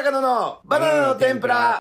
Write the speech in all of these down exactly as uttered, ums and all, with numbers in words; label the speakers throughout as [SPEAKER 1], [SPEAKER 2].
[SPEAKER 1] 高野のバナナの天ぷら。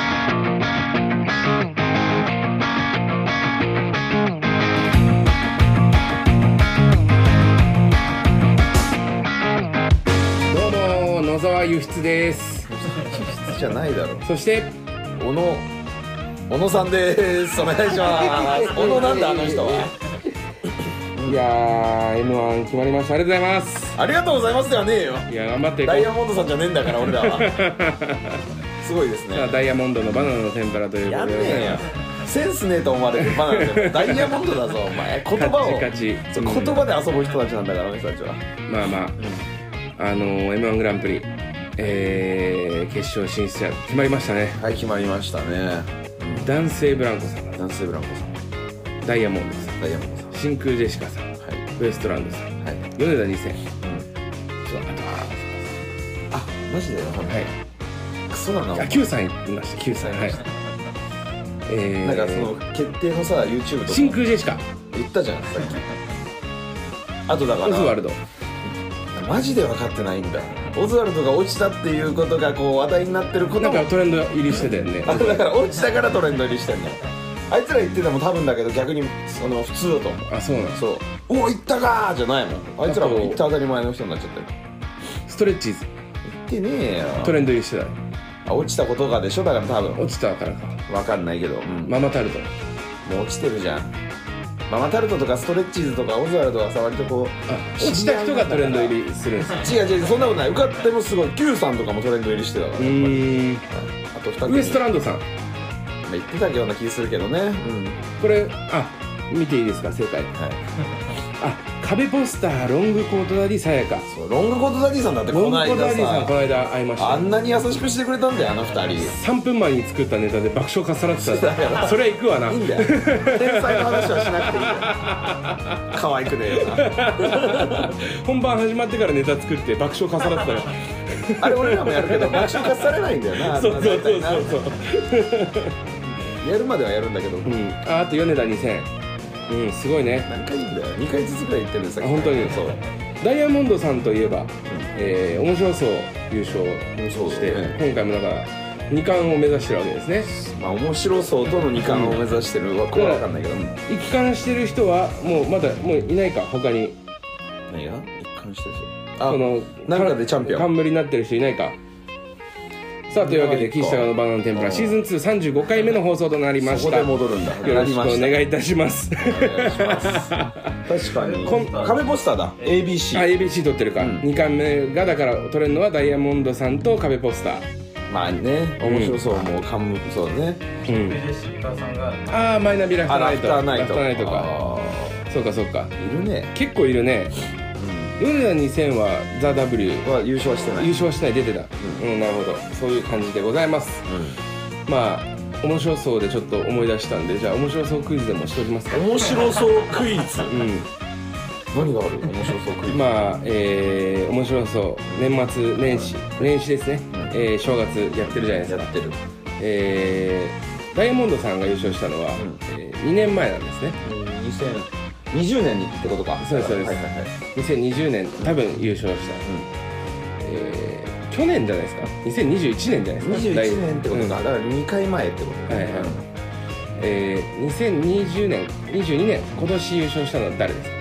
[SPEAKER 2] どうも野沢輸出です。
[SPEAKER 1] 輸出じゃないだろ。
[SPEAKER 2] そして
[SPEAKER 1] 小野小野さんです。お願いします小野なんだあの人は。
[SPEAKER 2] いやー エムワン 決まりました。ありがとうございます。
[SPEAKER 1] ありがとうございますではねえよ。
[SPEAKER 2] いや頑張って
[SPEAKER 1] ダイヤモンドさんじゃねえんだから俺らはすごいですね。
[SPEAKER 2] ダイヤモンドのバナナの天ぷらということでございます。
[SPEAKER 1] やんねえよ。センスねえと思われてるバナナでダイヤモンドだぞお前。言葉を
[SPEAKER 2] カチカチ、
[SPEAKER 1] そう言葉で遊ぶ人たちなんだから俺たちは。
[SPEAKER 2] まあまあ、うん、あのー、エムワン グランプリ、えー、決勝進出者決まりましたね。
[SPEAKER 1] はい決まりましたね、
[SPEAKER 2] うん、男性ブランコさん、
[SPEAKER 1] 男性ブランコさん、
[SPEAKER 2] ダイヤモンドさん、
[SPEAKER 1] ダイヤモンドさん、
[SPEAKER 2] 真空ジェシカさん、はい、ウエストランドさん、はい、米田にせん、うん、そうあと
[SPEAKER 1] ああマジでよ、はい、クソだな。
[SPEAKER 2] あきゅうさんいました。きゅうさん、はい、えー、
[SPEAKER 1] なんかその決定のさ YouTube とか
[SPEAKER 2] 真空ジェシカ
[SPEAKER 1] 言ったじゃんさっきあとだから
[SPEAKER 2] オズワルド
[SPEAKER 1] マジで分かってないんだ。オズワルドが落ちたっていうことがこう話題になってることも
[SPEAKER 2] なんかトレンド入りしてたよね
[SPEAKER 1] あだから落ちたからトレンド入りしてんの。あいつら言ってても多分だけど逆にその普通だと思う。
[SPEAKER 2] あそうなの。
[SPEAKER 1] そうお行ったかーじゃないもん。あいつらも行った当たり前の人になっちゃってる。
[SPEAKER 2] ストレッチーズ
[SPEAKER 1] 行ってねえよ。
[SPEAKER 2] トレンド入りしてた。
[SPEAKER 1] あ落ちたことがでしょ。だから多分
[SPEAKER 2] 落ちたからか
[SPEAKER 1] 分かんないけど、うん、
[SPEAKER 2] ママタルト
[SPEAKER 1] もう落ちてるじゃん。ママタルトとかストレッチーズとかオズワルドはさ割とこう
[SPEAKER 2] あ落ちた人がトレンド入りするんです
[SPEAKER 1] 違う違うそんなことない。受かってもすごい Q さんとかもトレンド入りしてたから。う
[SPEAKER 2] ーん
[SPEAKER 1] あとふた組
[SPEAKER 2] ウエストランドさん
[SPEAKER 1] 言ってたような気するけどね、うん、
[SPEAKER 2] これあ見ていいですか正解、はい、あ壁ポスターロングコートダディさやか。
[SPEAKER 1] そうロングコートダディさんだってこの間さ
[SPEAKER 2] ロングコートダディさんこの間会いました。
[SPEAKER 1] あんなに優しくしてくれたんだよあのふたり。
[SPEAKER 2] さんぷんまえに作ったネタで爆笑かっさらってたそれは行くわな。
[SPEAKER 1] いいんだよ天才の話はしなくていいんだよ可愛くねえよな
[SPEAKER 2] 本番始まってからネタ作って爆笑かっさらってたよ
[SPEAKER 1] あれ俺らもやるけど爆笑かっされないんだよな
[SPEAKER 2] そうそうそうそうそう
[SPEAKER 1] やるまではやるんだけど、うん、
[SPEAKER 2] あ, あと米田にせん、うん、すごいね。
[SPEAKER 1] 何回いいんだよにかいずつくらい言ってるんですよ。
[SPEAKER 2] 本当にそう。ダイヤモンドさんといえば、うんえー、面白そう優勝して、ね、今回もだからに冠を目指してるわけですね。
[SPEAKER 1] まあ面白そうとのに冠を目指してるはこれは分かんないけど、
[SPEAKER 2] 一冠してる人はもうまだもういないか他に。
[SPEAKER 1] 何が一冠してる人。あ
[SPEAKER 2] その
[SPEAKER 1] なんかでチャンピオン
[SPEAKER 2] 冠になってる人いないか。さあというわけで岸高のバナナの天ぷらシーズンツーさんじゅうごかいめの放送となりました。
[SPEAKER 1] そこで戻るんだ。
[SPEAKER 2] よろしくお願いいたします
[SPEAKER 1] お願いします確かに壁ポスターだ エービーシー
[SPEAKER 2] あ エービーシー 撮ってるか、うん、にかんめがだから撮れるのはダイヤモンドさんと壁ポスター。
[SPEAKER 1] まあね面白そう、うん、もう冠そうね、
[SPEAKER 2] うん、ああマイナビラフターナイト
[SPEAKER 1] ラフターナイト
[SPEAKER 2] ラフターナイトか。そうかそうか
[SPEAKER 1] いるね
[SPEAKER 2] 結構いるね。米田にせんはザ・ W
[SPEAKER 1] は優勝してない
[SPEAKER 2] 優勝してない出てた、うん、うん、なるほどそういう感じでございます、うん、まあ面白そうでちょっと思い出したんでじゃあ面白そうクイズでもしておきますか。
[SPEAKER 1] 面白そうクイズ
[SPEAKER 2] うん
[SPEAKER 1] 何がある面白そうクイズ。
[SPEAKER 2] まあえー、面白そう年末年始年始ですね、うんえー、正月やってるじゃないですか。
[SPEAKER 1] やってる
[SPEAKER 2] えー、ダイヤモンドさんが優勝したのは、うんえー、にねんまえなんですね。
[SPEAKER 1] にせんにじゅうねんにってことか。
[SPEAKER 2] そうですそうです、はいはいはい、にせんにじゅうねん多分優勝した、うんえー、去年じゃないですか。にせんにじゅういちねんじゃないですか。
[SPEAKER 1] にじゅういちねんってことか、うん、だからにかいまえってことね。はいはい、
[SPEAKER 2] えー、にせんにじゅうねんにじゅうにねん今年優勝したのは誰ですか。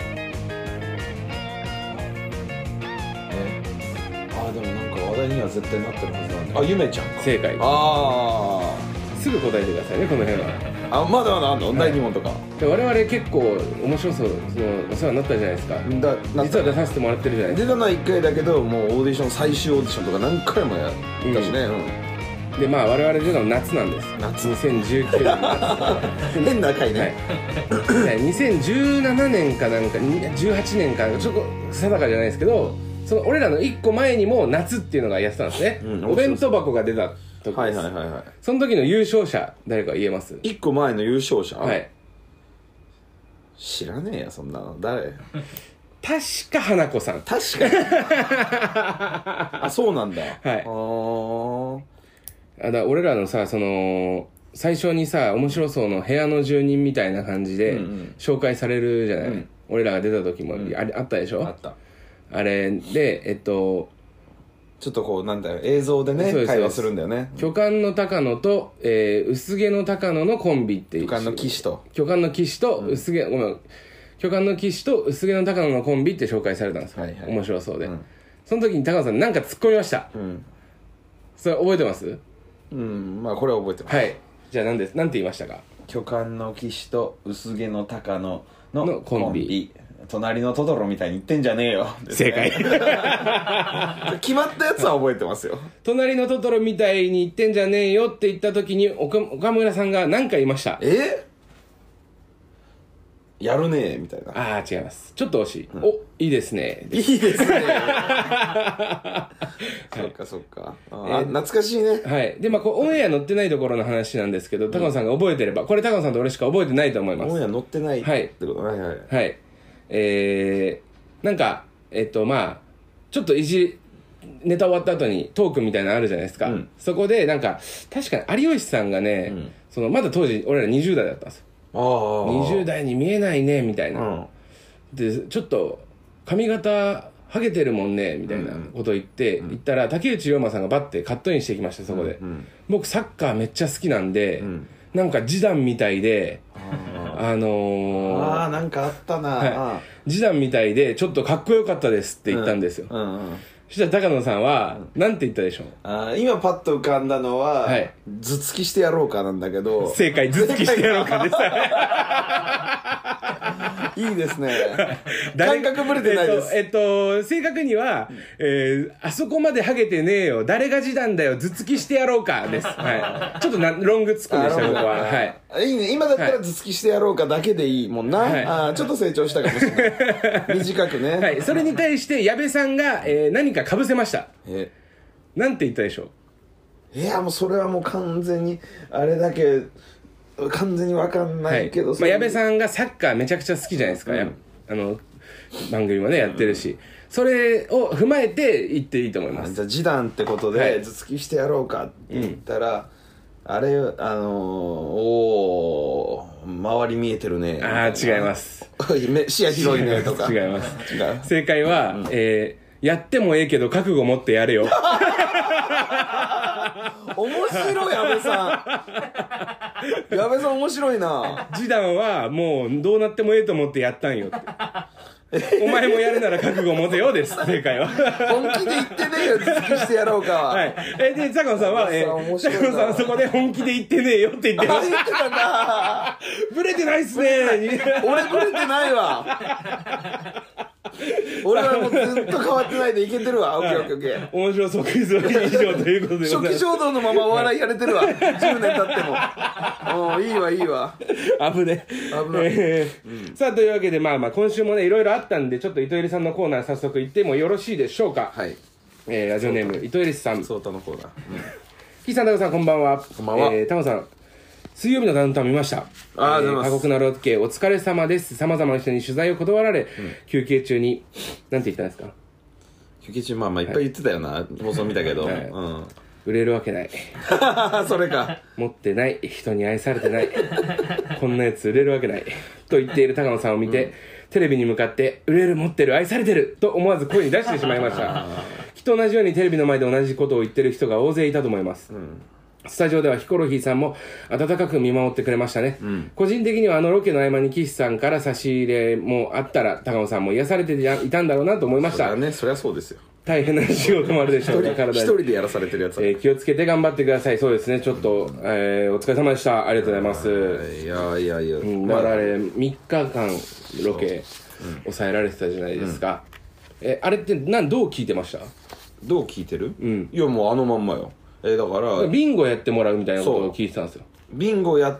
[SPEAKER 1] えああでもなんか話題には絶対なってるはずなんだ。あゆめちゃん
[SPEAKER 2] 正解。ああすぐ答えてくださいねこの辺は。
[SPEAKER 1] あまだまだあんの、はい、だいに問とか
[SPEAKER 2] で我々結構面白そうそのお世話になったじゃないですか。だ実は出させてもらってるじゃないですか。
[SPEAKER 1] 出たのはいっかいだけどもうオーディション最終オーディションとか何回もやったしね、
[SPEAKER 2] うんうん、でまあ我々出たの夏なんです。夏にせんじゅうきゅうねんの
[SPEAKER 1] 変な回ね、
[SPEAKER 2] はい、にせんじゅうななねんかなんかじゅうはちねんかちょっと定かじゃないですけどその俺らのいっこまえにも夏っていうのがやってたんですね、うん、お弁当箱が出た時はいはいはいはい。その時の優勝者誰か言えます？
[SPEAKER 1] いっこまえの優勝者
[SPEAKER 2] はい
[SPEAKER 1] 知らねえやそんなの誰
[SPEAKER 2] 確か花子さん。
[SPEAKER 1] 確かにあそうなんだ。
[SPEAKER 2] はいああだ俺らのさその最初にさ面白そうの部屋の住人みたいな感じで紹介されるじゃない、うんうん、俺らが出た時も あ,、うん、あったでしょ。
[SPEAKER 1] あった。
[SPEAKER 2] あれでえっと
[SPEAKER 1] ちょっとこうなんだよ映像でね会話するんだよね。
[SPEAKER 2] 巨漢の高野と、えー、薄毛の高野のコンビっていう。
[SPEAKER 1] 巨漢の騎士と
[SPEAKER 2] 巨漢の騎士と薄毛、うん、ごめん巨漢の騎士と薄毛の高野のコンビって紹介されたんですよ、はいはい、面白そうで、うん、その時に高野さんなんか突っ込みました、うん、それ覚えてます？
[SPEAKER 1] うん、まあこれは覚えてます。
[SPEAKER 2] はい、じゃあ何です、何て言いましたか？
[SPEAKER 1] 巨漢の騎士と薄毛の高野のコンビ、
[SPEAKER 2] ンビ
[SPEAKER 1] 隣のトトロみたいに言ってんじゃねえよ、ね、
[SPEAKER 2] 正解
[SPEAKER 1] 決まったやつは覚えてますよ。
[SPEAKER 2] 隣のトトロみたいに言ってんじゃねえよって言った時に岡, 岡村さんが何か言いました。
[SPEAKER 1] えやるねえみたいな。
[SPEAKER 2] ああ違います、ちょっと惜しい、うん、おいいですね
[SPEAKER 1] いいですねそっかそっか、あ、えー、懐かしいね。
[SPEAKER 2] はいでまあこうオンエア載ってないところの話なんですけど、高野さんが覚えてれば、これ高野さんと俺しか覚えてないと思います。
[SPEAKER 1] オンエア載ってないってこと、はい、はいはい
[SPEAKER 2] はいえー、なんかえっとまあちょっといじネタ終わった後にトークみたいなのあるじゃないですか、うん、そこでなんか確かに有吉さんがね、うん、そのまだ当時俺らにじゅう代だったんですよ。あにじゅう代に見えないねみたいな、うん、でちょっと髪型ハゲてるもんねみたいなことを言って、うん、言ったら竹内涼真さんがバッてカットインしてきました。そこで、うんうん、僕サッカーめっちゃ好きなんで、うん、なんか示談みたいであのー、
[SPEAKER 1] あーなんかあったな、
[SPEAKER 2] はい、示談みたいでちょっとかっこよかったですって言ったんですよ、うんうんうん、そしたら高野さんは何て言ったでしょう。
[SPEAKER 1] あ今パッと浮かんだのは、はい、頭突きしてやろうかなんだけど。
[SPEAKER 2] 正解、頭突きしてやろうかです
[SPEAKER 1] いいですね感覚ぶれてないです。
[SPEAKER 2] えっと、えっと、正確には、えー、あそこまでハゲてねえよ誰が示談だよ頭突きしてやろうかです、はい、ちょっとなロングツッコミでした僕は、
[SPEAKER 1] はい、いいね。今だったら頭突きしてやろうかだけでいいもんな、はい、あちょっと成長したかもしれない短くね、
[SPEAKER 2] はい、それに対して矢部さんが、えー、何か被せました。えなんて言ったでしょ
[SPEAKER 1] う。いやもうそれはもう完全にあれだけ完全に分かんないけど、
[SPEAKER 2] はいまあ、矢部さんがサッカーめちゃくちゃ好きじゃないですか、うん、あの番組もねやってるし、うん、それを踏まえて言っていいと思います。
[SPEAKER 1] じゃあ示談ってことで、はい、頭突きしてやろうかって言ったら、うん、あれあのー、おー周り見えてるね。
[SPEAKER 2] ああ違います
[SPEAKER 1] 視野広いねとか
[SPEAKER 2] 違います違う正解は、うんえー、やってもええけど覚悟持ってやれよ
[SPEAKER 1] 面白い矢部さん矢部さん面白いな。
[SPEAKER 2] 示談はもうどうなってもええと思ってやったんよってお前もやるなら覚悟持てよです正解は。
[SPEAKER 1] 本気で言ってねえよ頭突きしてやろうかは、
[SPEAKER 2] はい、えで高野さんはえ高野さんはそこで本気で言ってねえよって言ってました。
[SPEAKER 1] 言ってたんだ
[SPEAKER 2] ブレてないっすね
[SPEAKER 1] 俺ブレてないわ俺はもうずっと変わってないでいけてるわ。オッケーオッケーオッケー。
[SPEAKER 2] 面白そうクイズは以上ということで
[SPEAKER 1] 初期衝動のままお笑いやれてるわじゅうねん経ってもおいいわいいわ
[SPEAKER 2] 危ね
[SPEAKER 1] 危ない、
[SPEAKER 2] えーうん、さあというわけでまあまあ今週もねいろいろあったんでちょっと糸入さんのコーナー早速行ってもよろしいでしょうか。はい、えー、ラジオネーム糸入さん
[SPEAKER 1] そうたのコーナー、うん、
[SPEAKER 2] キーさんタコさんこんばんは。
[SPEAKER 1] こんばんは。
[SPEAKER 2] えー、タコさん水曜日のダウンタウン見ました。あー、えー、過酷なロケお疲れ様です。様々な人に取材を断られ、うん、休憩中になんて言ったんですか。
[SPEAKER 1] 休憩中まあまあいっぱい言ってたよな、はい、放送見たけど、はい、うん、
[SPEAKER 2] 売れるわけない
[SPEAKER 1] それか
[SPEAKER 2] 持ってない人に愛されてないこんなやつ売れるわけないと言っている高野さんを見て、うん、テレビに向かって売れる持ってる愛されてると思わず声に出してしまいましたきっと同じようにテレビの前で同じことを言ってる人が大勢いたと思います、うん、スタジオではヒコロヒーさんも温かく見守ってくれましたね、うん、個人的にはあのロケの合間に岸さんから差し入れもあったら高野さんも癒されていたんだろうなと思いました。
[SPEAKER 1] そりゃね、そりゃそうですよ。
[SPEAKER 2] 大変な仕事もあるでしょう。
[SPEAKER 1] 体一人でやらされてるやつは、
[SPEAKER 2] えー、気をつけて頑張ってください。そうですね、ちょっと、えー、お疲れ様でした。ありがとうございます。
[SPEAKER 1] いやいやいや、うん、
[SPEAKER 2] だからあれみっかかんロケ抑えられてたじゃないですか、うん、えあれってなんどう聞いてました。
[SPEAKER 1] どう聞いてる、
[SPEAKER 2] うん、
[SPEAKER 1] いやもうあのまんまよ。えー、だから
[SPEAKER 2] ビンゴやってもらうみたいなことを聞いてたんですよ。
[SPEAKER 1] ビンゴやって、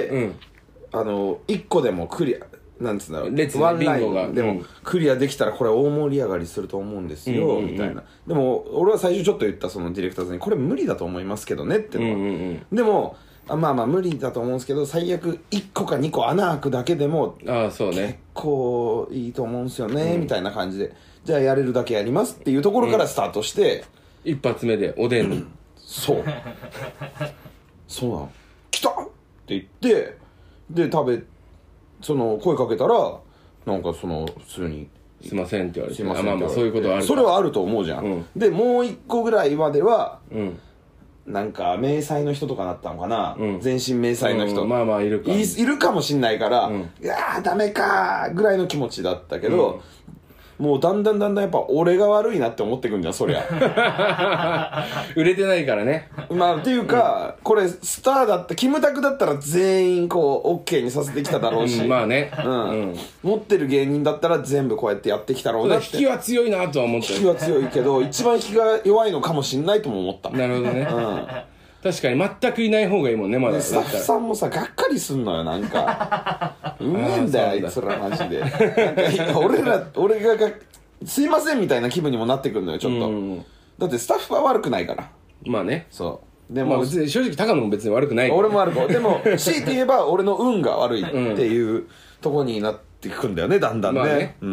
[SPEAKER 1] うん、あのいっこでもクリアなんつうんだろう、
[SPEAKER 2] 列
[SPEAKER 1] ワンライン
[SPEAKER 2] が
[SPEAKER 1] でもクリアできたらこれ大盛り上がりすると思うんですよ、うんうんうん、みたいな。でも俺は最初ちょっと言ったそのディレクターさんにこれ無理だと思いますけどねってのは、うんうんうん、でもあまあまあ無理だと思うんですけど最悪いっこかにこ穴開くだけでも
[SPEAKER 2] あそう、ね、
[SPEAKER 1] 結構いいと思うんですよね、うん、みたいな感じでじゃあやれるだけやりますっていうところからスタートして、
[SPEAKER 2] うん、一発目でおでん、うん、
[SPEAKER 1] そうそうなの来たって言ってで食べその声かけたらなんかその普通に
[SPEAKER 2] すいませんって言われて、
[SPEAKER 1] すいません
[SPEAKER 2] あまあまあそういうことはあるか
[SPEAKER 1] それはあると思うじゃん、うん、でもう一個ぐらいまでは、うん、なんか迷彩の人とかだったのかな、うん、全身迷彩の人、
[SPEAKER 2] うん、まあまあいるか
[SPEAKER 1] い, いるかもしんないから、うん、いやーダメかーぐらいの気持ちだったけど、うん、もうだんだんだんだんやっぱ俺が悪いなって思ってくんじゃんそりゃ
[SPEAKER 2] 売れてないからね。
[SPEAKER 1] まあっていうか、うん、これスターだったキムタクだったら全員こう OK にさせてきただろうし、
[SPEAKER 2] うん、まあね、
[SPEAKER 1] うんうん、持ってる芸人だったら全部こうやってやってきたろうなって。
[SPEAKER 2] 引きは強いなとは思った
[SPEAKER 1] 引きは強いけど一番引きが弱いのかもしんないとも思った。
[SPEAKER 2] なるほどね、うん確かに全くいない方がいいもんねまだ。
[SPEAKER 1] スタッフさんもさがっかりすんのよなんかうめえんだよあいつらマジでなんか俺ら俺ががすいませんみたいな気分にもなってくるのよちょっと、うん、だってスタッフは悪くないから。
[SPEAKER 2] まあね。
[SPEAKER 1] そう
[SPEAKER 2] でも、まあ、別に正直高野も別に悪くないから
[SPEAKER 1] 俺も悪くでも強いて言えば俺の運が悪いっていうとこになってくんだよねだんだんね、まあね、うん、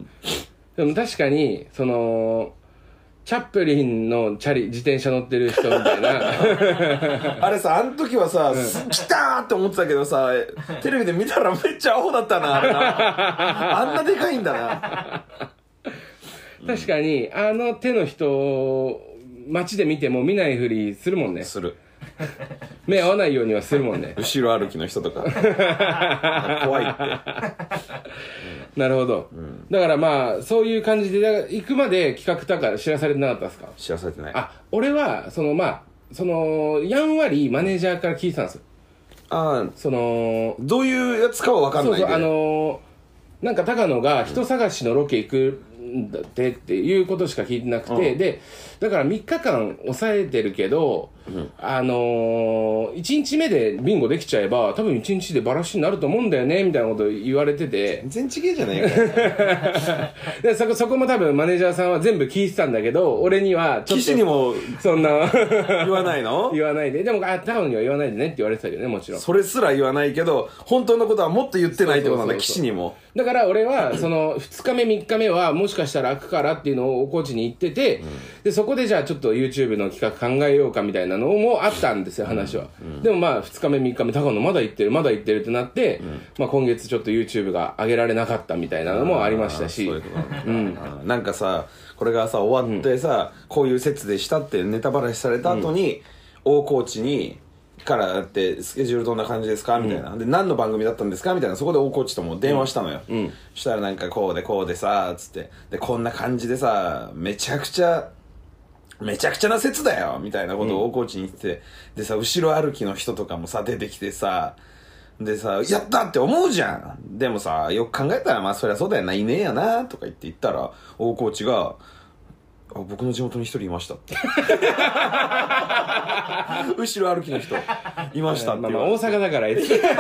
[SPEAKER 2] でも確かにそのチャップリンのチャリ自転車乗ってる人みたいな
[SPEAKER 1] あれさあの時はさ、うん、来たーって思ってたけどさテレビで見たらめっちゃアホだったなあれなあんなでかいんだな
[SPEAKER 2] 確かにあの手の人街で見ても見ないふりするもんね。
[SPEAKER 1] する
[SPEAKER 2] 目合わないようにはするもんね
[SPEAKER 1] 後ろ歩きの人とか怖いって、うん、
[SPEAKER 2] なるほど、うん、だからまあそういう感じで行くまで企画とか知らされてなかったですか？
[SPEAKER 1] 知らされてない。
[SPEAKER 2] あ俺はそのまあそのやんわりマネージャーから聞いてたんですよ。
[SPEAKER 1] ああ
[SPEAKER 2] その
[SPEAKER 1] どういうやつかは分かんないけど、
[SPEAKER 2] そうそうあのー、なんか高野が人探しのロケ行くんだってっていうことしか聞いてなくて、うん、でだからみっかかん抑えてるけど、うん、あのー、いちにちめでビンゴできちゃえば多分いちにちでバラシになると思うんだよねみたいなこと言われてて
[SPEAKER 1] 全然違えじゃないか
[SPEAKER 2] で そ, こそこも多分マネージャーさんは全部聞いてたんだけど俺にはちょっと
[SPEAKER 1] 岸にも
[SPEAKER 2] そんな
[SPEAKER 1] 言わないの
[SPEAKER 2] 言わないででもあ高野には言わないでねって言われてたけどねもちろん
[SPEAKER 1] それすら言わないけど本当のことはもっと言ってないってことなんだ岸にも。
[SPEAKER 2] だから俺はそのふつかめみっかめはもしかしたら開くからっていうのをコーチに言ってて、うん、でそこでじゃあちょっと YouTube の企画考えようかみたいなのもあったんですよ話は、うんうん、でもまあふつかめみっかめ高野まだ言ってるまだ言ってるってなって、うんまあ、今月ちょっと YouTube が上げられなかったみたいなのもありましたし、
[SPEAKER 1] うん、なんかさこれがさ終わってさ、うん、こういう説でしたってネタバラシされた後に、うん、大コーチにからってスケジュールどんな感じですかみたいな、うん、で何の番組だったんですかみたいなそこで大コーチとも電話したのよ、うん、そしたらなんかこうでこうでさつってでこんな感じでさめちゃくちゃめちゃくちゃな説だよみたいなことを大コーチに言ってて、うん、でさ後ろ歩きの人とかもさ出てきてさでさやったって思うじゃん。でもさよく考えたらまあそりゃそうだよないねえやなとか言って言ったら大コーチがあ僕の地元に一人いましたって後ろ歩きの人いましたって、
[SPEAKER 2] まあ、まあ大阪だから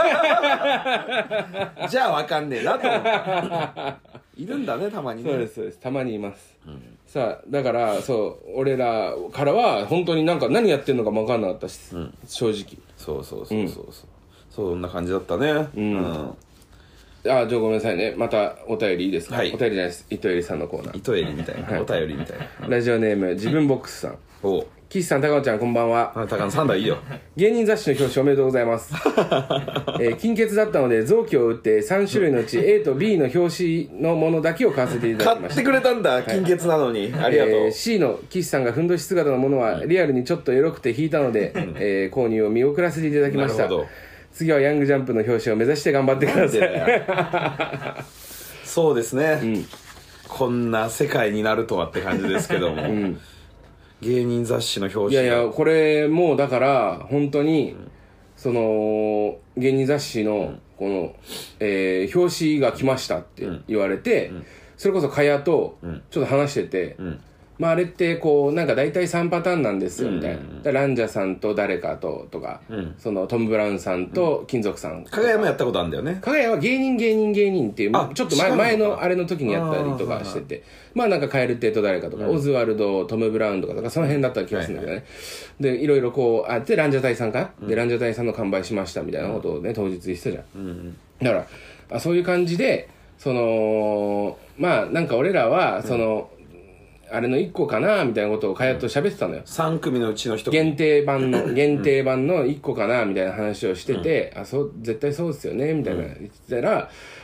[SPEAKER 1] じゃあわかんねえなと思ったいるんだねたまにね。
[SPEAKER 2] そうですそうですたまにいます、うん、さあだからそう俺らからは本当になんか何やってんのかも分かんなかったし、うん、正直
[SPEAKER 1] そうそうそうそうそう、うん、そんな感じだったねうん、うん
[SPEAKER 2] あ、じゃあごめんなさいね。またお便りいいですか？はい、お便りじゃないです。糸入さんのコーナー。
[SPEAKER 1] 糸入りみたいな、はい、お便りみたいな。
[SPEAKER 2] ラジオネーム、自分ボックスさん。お岸さん、高野ちゃん、こんばんは。
[SPEAKER 1] あ、高野さんだ、いいよ。
[SPEAKER 2] 芸人雑誌の表紙おめでとうございます。えー、金欠だったので、臓器を打ってさん種類のうち A と B の表紙のものだけを買わせていただきました。
[SPEAKER 1] 買ってくれたんだ、金欠なのに。はい、ありがとう。えー、
[SPEAKER 2] C の岸さんがふんどし姿のものはリアルにちょっとエロくて引いたので、えー、購入を見送らせていただきました。なるほど。次はヤングジャンプの表紙を目指して頑張ってください。
[SPEAKER 1] そうですね、うん、こんな世界になるとはって感じですけども、うん、芸人雑誌の表紙
[SPEAKER 2] いやいやこれもうだから本当に、うん、その芸人雑誌のこの、うん、えー、表紙が来ましたって言われて、うん、それこそかやとちょっと話してて、うんまあ、あれってこうなんか大体さんパターンなんですよみたいな、うんうんうん、ランジャさんと誰かととか、うん、そのトム・ブラウンさんと金属さん、
[SPEAKER 1] かがやもやったことあるんだよね。
[SPEAKER 2] かがやは芸人芸人芸人っていうちょっと 前, 前のあれの時にやったりとかしてて、まあなんかカエル亭と誰かとか、うん、オズワルドトム・ブラウンとかとかその辺だった気がするんだけどね、はいはい、でいろいろこうあってランジャタイさんか、うん、でランジャタイさんの完売しましたみたいなことをね当日言ってたじゃん、うんうん、だからあそういう感じでそのまあなんか俺らはその、うんあれのいっこかなみたいなことをかやっと喋ってたのよ、うん、
[SPEAKER 1] さん組のうちのひと
[SPEAKER 2] 組限定版の限定版のいっこかなみたいな話をしてて、うん、あそう絶対そうですよねみたいな言ってたら、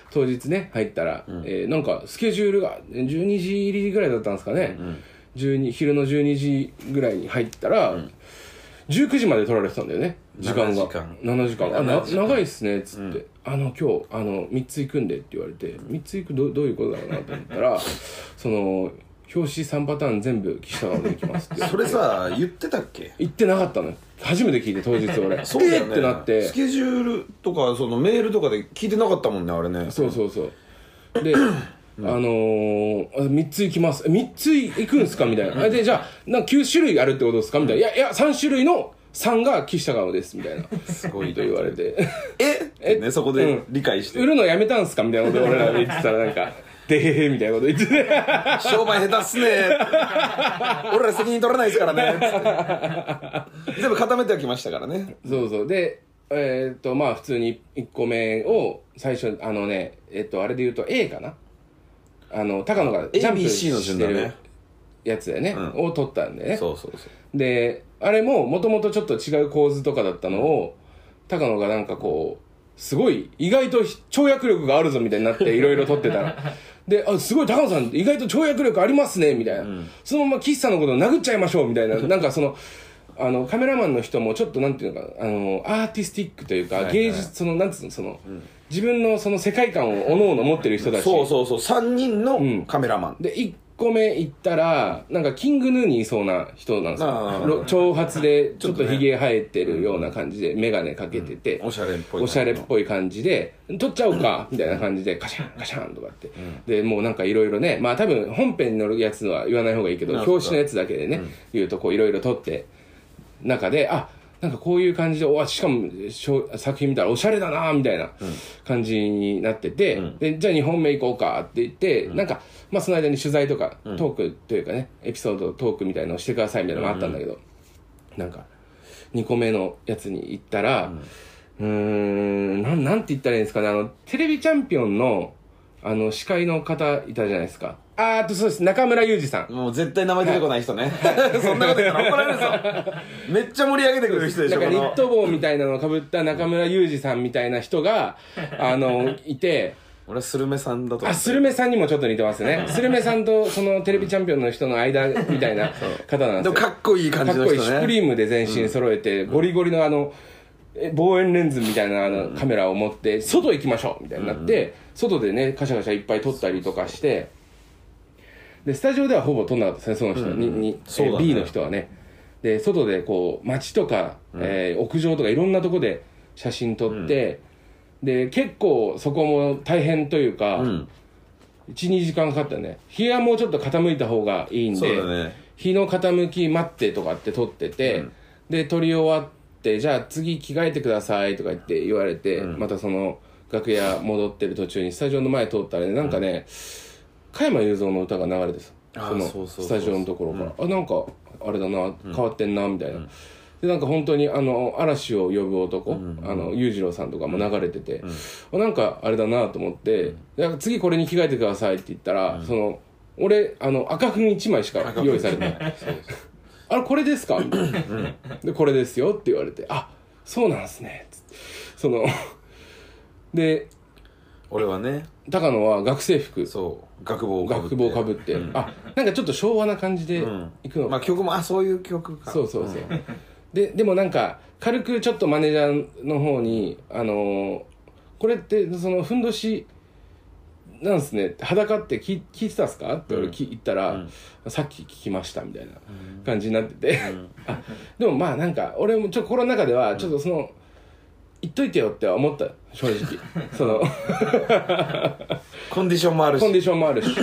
[SPEAKER 2] 当日ね入ったら、うんえー、なんかスケジュールがじゅうにじ入りぐらいだったんですかね、うんうん、じゅうに昼のじゅうにじぐらいに入ったら、うん、じゅうくじまで取られてたんだよね時間がななじかんななじかんあな長いっすねっつって、うん、あの今日あのみっつ行くんでって言われてみっつ行く ど, どういうことだろうなと思ったらその表紙さんパターン全部岸田ができますって
[SPEAKER 1] それさ言ってたっけ？
[SPEAKER 2] 言ってなかったのよ初めて聞いて当日俺
[SPEAKER 1] そうだよね、
[SPEAKER 2] えー、ってなって
[SPEAKER 1] スケジュールとかそのメールとかで聞いてなかったもんねあれね
[SPEAKER 2] そうそうそうで、うん、あのー、みっつ行きますみっつ行くんすかみたいな、うん、でじゃあなんかきゅうしゅるいあるってことですかみたいな、いやいやさんしゅるいのさんが岸田川ですみたいな
[SPEAKER 1] すごい
[SPEAKER 2] と言われて
[SPEAKER 1] ええ、ね、そこで理解して、
[SPEAKER 2] うん、売るのやめたんすかみたいなこと俺らで言ってたらなんかでへへみたいなこと言ってて
[SPEAKER 1] 商売下手っすね俺ら責任取らないですからね全部固めてはきましたからね
[SPEAKER 2] そうそうでえー、っとまあ普通にいっこめを最初あのねえー、っとあれで言うと A かなあの高野がジャンプしてるやつでね、うん、を撮ったんでね
[SPEAKER 1] そうそうそう
[SPEAKER 2] であれももともとちょっと違う構図とかだったのを、うん、高野がなんかこうすごい意外と跳躍力があるぞみたいになっていろいろ撮ってたらで、あ、すごい高野さん意外と跳躍力ありますねみたいな、うん、そのまま岸さんのことを殴っちゃいましょうみたいななんかそのあのカメラマンの人もちょっとなんていうのかあのアーティスティックというか、はいはい、芸術そのなんつうのその、うん、自分のその世界観をおのおの持ってる人だし
[SPEAKER 1] そうそうそうさんにんのカメラマン、
[SPEAKER 2] うん、でいっこめ行ったらなんかキングヌーにいそうな人なんですよ長髪でちょっとひげ生えてるような感じで眼鏡かけてて、
[SPEAKER 1] うん、おしゃれっぽい
[SPEAKER 2] おしゃれっぽい感じで撮っちゃおうかみたいな感じでカシャンカシャンとかって、うん、でもうなんかいろいろねまあ多分本編に載るやつは言わない方がいいけど表紙のやつだけでね、うん、言うとこういろいろ撮って中であなんかこういう感じでおしかも作品見たらおしゃれだなみたいな感じになってて、うん、でじゃあにほんめ行こうかって言って、うん、なんか、まあ、その間に取材とかトークというかね、うん、エピソードトークみたいなのをしてくださいみたいなのがあったんだけど、うん、なんかにこめのやつに行ったら、うん、うーんな ん, なんて言ったらいいんですかねあのテレビチャンピオンのあの司会の方いたじゃないですかあーとそうです中村裕二さん
[SPEAKER 1] もう絶対名前出てこない人ね、はい、そんなこと言ったら怒られるぞめっちゃ盛り上げてくれる人でしょ
[SPEAKER 2] なんかニット帽みたいなのをかぶった中村裕二さんみたいな人があのいて
[SPEAKER 1] 俺はスルメさんだと
[SPEAKER 2] あスルメさんにもちょっと似てますねスルメさんとそのテレビチャンピオンの人の間みたいな方なんですよ
[SPEAKER 1] でもかっこいい感じの人ね
[SPEAKER 2] かっこいいシュプリームで全身揃えて、うん、ゴリゴリのあの望遠レンズみたいなあのカメラを持って外行きましょうみたいになって、うん、外でねカシャカシャいっぱい撮ったりとかしてでスタジオではほぼ撮んなかったですねその人、うん、に, に、ね、B の人はねで外でこう街とか、うんえー、屋上とかいろんなとこで写真撮って、うん、で結構そこも大変というか、うん、いちにじかんかかったよね日はもうちょっと傾いた方がいいんで、ね、日の傾き待ってとかって撮ってて、うん、で撮り終わってじゃあ次着替えてくださいとか言って言われて、うん、またその楽屋戻ってる途中にスタジオの前通ったらねなんかね、うん、加山雄三の歌が流れてさそのスタジオのところから、うん、あなんかあれだな変わってんなみたいな、うん、でなんか本当にあの嵐を呼ぶ男、うん、あの裕次郎さんとかも流れてて、うん、なんかあれだなと思って、うん、次これに着替えてくださいって言ったら、うん、その俺あの赤粉いちまいしか用意されてないあれこれですかみたいな、うん、でこれですよって言われてあそうなんすねつってそので
[SPEAKER 1] 俺はね
[SPEAKER 2] 高野は学生服
[SPEAKER 1] そう学帽を
[SPEAKER 2] かぶって学帽かぶって、うん、あなんかちょっと昭和な感じで行くの、
[SPEAKER 1] うん、まあ曲もあそういう曲か
[SPEAKER 2] そうそうそう、うん、ででもなんか軽くちょっとマネージャーの方にあのー、これってそのふんどしなんすね裸って聞, 聞いてたんすかって俺聞いたら、うん、さっき聞きましたみたいな感じになってて、うん、あでもまあなんか俺もちょっと心の中ではちょっとその、うん、言っといてよって思った正直その
[SPEAKER 1] コンディションもあるし
[SPEAKER 2] コンディションもあるし、うん、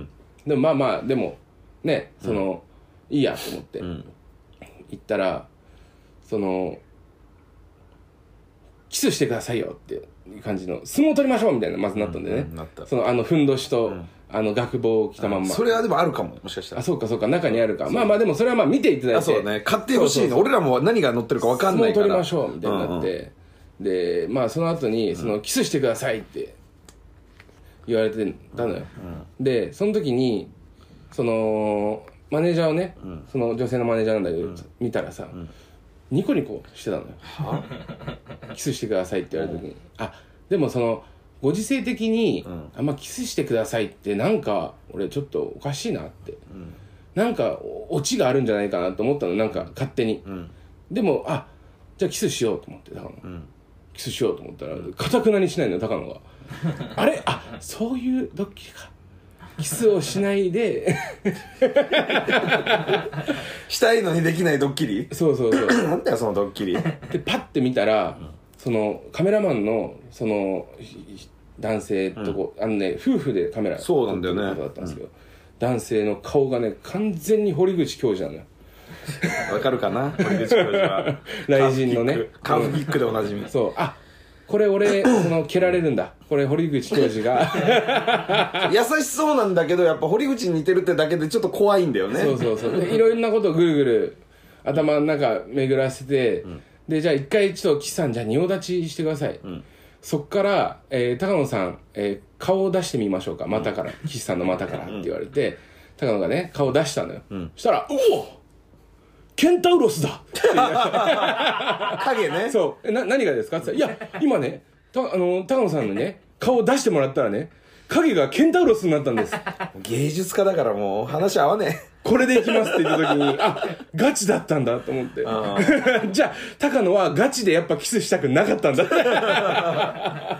[SPEAKER 2] でもまあまあでもねその、うん、いいやと思って、うん、行ったらそのキスしてくださいよっていう感じの相撲取りましょうみたいなまずなったんでね、うんうん、なったそのあのふんどしと、うん、あの学帽を着たまんま
[SPEAKER 1] それはでもあるかももしかしたら
[SPEAKER 2] あそうかそうか中にあるかまあまあでもそれはまあ見ていただいてあ
[SPEAKER 1] そうね買ってほしいの俺らも何が載ってるか分かんないから
[SPEAKER 2] 相撲取りましょうみたいになって、うんうん、でまあその後にそのキスしてくださいって言われてたのよ、うん、でその時にそのマネージャーをね、うん、その女性のマネージャーなんだけど、うん、見たらさ、うんニコニコしてたのよキスしてくださいって言われた時にあでもそのご時世的に、
[SPEAKER 1] うん、
[SPEAKER 2] あんまキスしてくださいってなんか俺ちょっとおかしいなって、うん、なんかオチがあるんじゃないかなと思ったの、なんか勝手に、うん、でもあじゃあキスしようと思って高野、うん、キスしようと思ったらかたくなにしないのよ高野があれあそういうドッキリか、キスをしないで
[SPEAKER 1] したいのにできないドッキリ、
[SPEAKER 2] そうそうそう
[SPEAKER 1] なんだよそのドッキリ
[SPEAKER 2] でパッて見たら、うん、そのカメラマンのその男性とこ、うん、あのね夫婦でカメラ
[SPEAKER 1] そうなんだよね
[SPEAKER 2] だったんですけど、うん、男性の顔がね完全に堀口教授なのよ
[SPEAKER 1] わかるかな、堀口教授は
[SPEAKER 2] 雷神のね
[SPEAKER 1] カンフキックでおなじみ、
[SPEAKER 2] そうあこれ俺その蹴られるんだ、これ堀口教授が
[SPEAKER 1] 優しそうなんだけどやっぱ堀口に似てるってだけでちょっと怖いんだよね。
[SPEAKER 2] そうそうそうでいろんなことをぐるぐる頭の中巡らせて、うん、でじゃあ一回ちょっと岸さんじゃあ仁王立ちしてください、うん、そっから、えー、高野さん、えー、顔を出してみましょうか股から、うん、岸さんの股からって言われて、うん、高野がね顔を出したのよ、うん、そしたらおおケンタウロスだ
[SPEAKER 1] 影ね。
[SPEAKER 2] そうな何がですかって言ったら、いや今ねたあの高野さんのね顔を出してもらったらね影がケンタウロスになったんです
[SPEAKER 1] 芸術家だからもう話合わねえ
[SPEAKER 2] これでいきますって言った時にあガチだったんだと思ってじゃあ高野はガチでやっぱキスしたくなかったんだだ
[SPEAKER 1] から、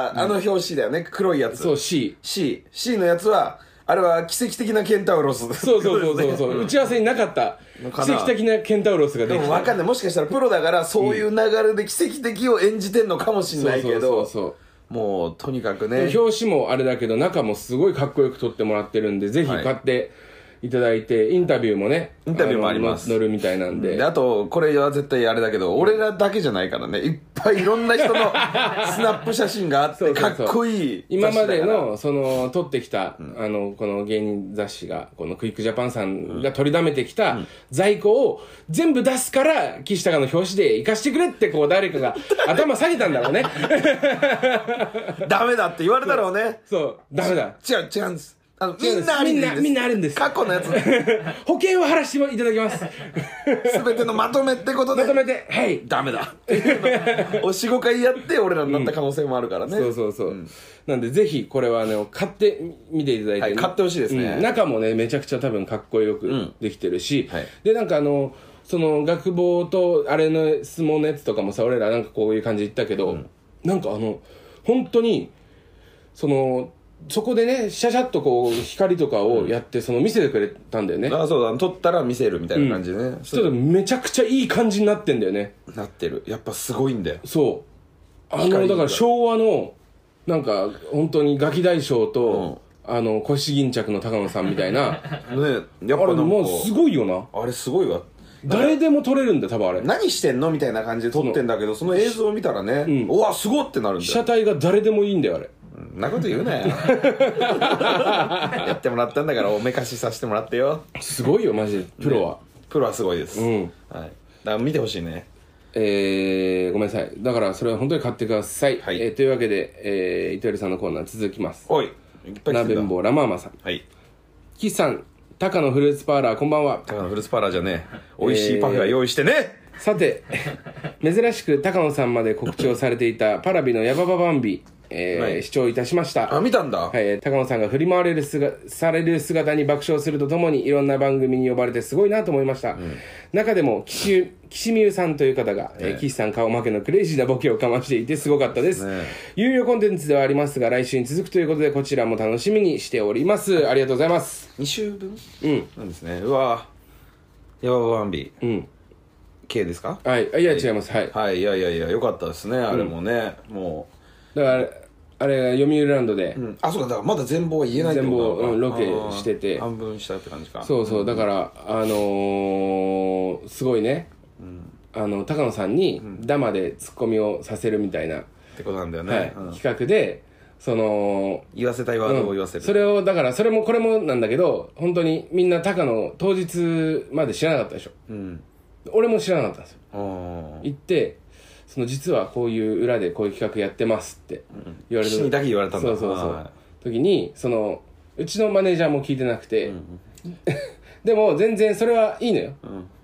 [SPEAKER 1] うん、あの表紙だよね黒いやつ、
[SPEAKER 2] そう C
[SPEAKER 1] C C のやつはあれは奇跡的なケンタウロス。
[SPEAKER 2] そうそうそうそうそう、打ち合わせになかった奇跡的なケンタウロスができた。
[SPEAKER 1] でも分かんない、もしかしたらプロだからそういう流れで奇跡的を演じてんのかもしれないけど、そうそうそうそうもうとにかくね
[SPEAKER 2] 表紙もあれだけど中もすごいかっこよく撮ってもらってるんで、ぜひ買っていただいて、インタビューもね
[SPEAKER 1] インタビューもあります
[SPEAKER 2] 載るみたいなんで、
[SPEAKER 1] であとこれは絶対あれだけど、俺らだけじゃないからね、いっぱいいろんな人のスナップ写真があってそうそうそうかっこいい
[SPEAKER 2] 今までのその撮ってきた、うん、あのこの芸人雑誌がこのクイックジャパンさんが取りだめてきた在庫を全部出すから岸高の表紙で行かしてくれってこう誰かが頭下げたんだろうね
[SPEAKER 1] ダメだって言われたろうね。
[SPEAKER 2] そうそうダメだ
[SPEAKER 1] 違う違うんです、あのみんなありです、
[SPEAKER 2] みんなあるんです、
[SPEAKER 1] 過去のやつ
[SPEAKER 2] 保険を払らせていただきます
[SPEAKER 1] 全てのまとめってことで
[SPEAKER 2] まとめてはい
[SPEAKER 1] ダメだっていうのを よん,ご 回やって俺らになった可能性もあるからね、
[SPEAKER 2] うん、そうそうそう、うん、なんでぜひこれはね買ってみていただいて、ね、
[SPEAKER 1] はい、買ってほしいですね、
[SPEAKER 2] うん、中もねめちゃくちゃ多分かっこよくできてるし、うんはい、でなんかあのその学坊とあれの相撲のやつとかもさ俺らなんかこういう感じで言ったけど、うん、なんかあの本当にそのそこでねシャシャッとこう光とかをやって、うん、その見せてくれたんだよね。
[SPEAKER 1] ああそうだ、撮ったら見せるみたいな感じでね、うん、
[SPEAKER 2] ちょっとめちゃくちゃいい感じになってんだよね。
[SPEAKER 1] なってる、やっぱすごいんだよ。
[SPEAKER 2] そうあのだから昭和のなんか本当にガキ大将と、うん、あの腰巾着の高野さんみたいなね、やっぱあれもうすごいよな、
[SPEAKER 1] あれすごいわ、
[SPEAKER 2] 誰でも撮れるんだよ多分あれ。
[SPEAKER 1] 何してんのみたいな感じで撮ってんだけど、その映像を見たらね、うん、うわすごってなるんだよ。
[SPEAKER 2] 被写体が誰でもいいんだよあれ。
[SPEAKER 1] そんなこと言うなよやってもらったんだからおめかしさせてもらってよ。
[SPEAKER 2] すごいよマジでプロは、ね、
[SPEAKER 1] プロはすごいです、うん、はい、だから見てほしいね。
[SPEAKER 2] えー、ごめんなさい、だからそれは本当に買ってください、はい、えー、というわけで、えー、糸入さんのコーナー続きます。
[SPEAKER 1] おい、いっぱい来てんだ。
[SPEAKER 2] なべんぼうラマーマさん、
[SPEAKER 1] はい、
[SPEAKER 2] 岸さん、タカのフルーツパーラーこんばんは。
[SPEAKER 1] タカのフルーツパーラーじゃねえ、美味しいパフェは用意してね、え
[SPEAKER 2] ー、さて珍しく高野さんまで告知をされていたパラビのヤバババンビ、えーはい、視聴いたしました。
[SPEAKER 1] あ、見たんだ。
[SPEAKER 2] はい、高野さんが振り回れる姿される姿に爆笑するとともにいろんな番組に呼ばれてすごいなと思いました、うん、中でも岸岸美優さんという方が、ねえー、岸さん顔負けのクレイジーなボケをかましていてすごかったです、ね、有料コンテンツではありますが来週に続くということでこちらも楽しみにしております。ありがとうございます。
[SPEAKER 1] に週分
[SPEAKER 2] うん
[SPEAKER 1] なんですね。うわヤバババンビ
[SPEAKER 2] うん
[SPEAKER 1] 系ですか。
[SPEAKER 2] はい、いや違います。はい、
[SPEAKER 1] はい、いやいやいやよかったですね、あれもね、うん、も
[SPEAKER 2] うだからあれ読売ランドで、
[SPEAKER 1] うん、あそうか、だからまだ全貌は言えないって
[SPEAKER 2] ことか。全貌、うん、ロケしてて
[SPEAKER 1] 半分したって感じか。
[SPEAKER 2] そうそう、だからあのー、すごいね、うん、あの高野さんにダマでツッコミをさせるみたいな、
[SPEAKER 1] ってことなんだよね、
[SPEAKER 2] はい、うん、企画でその
[SPEAKER 1] 言わせたいワードを言わせる、
[SPEAKER 2] うん、それをだからそれもこれもなんだけど本当にみんな高野当日まで知らなかったでしょ、うん、俺も知らなかったんですよ。行ってその実はこういう裏でこういう企画やってますって言われる、
[SPEAKER 1] うん、岸にだけ言われたんだ。
[SPEAKER 2] そうそうそう、時にそのうちのマネージャーも聞いてなくて、うん、でも全然それはいいのよ、うん、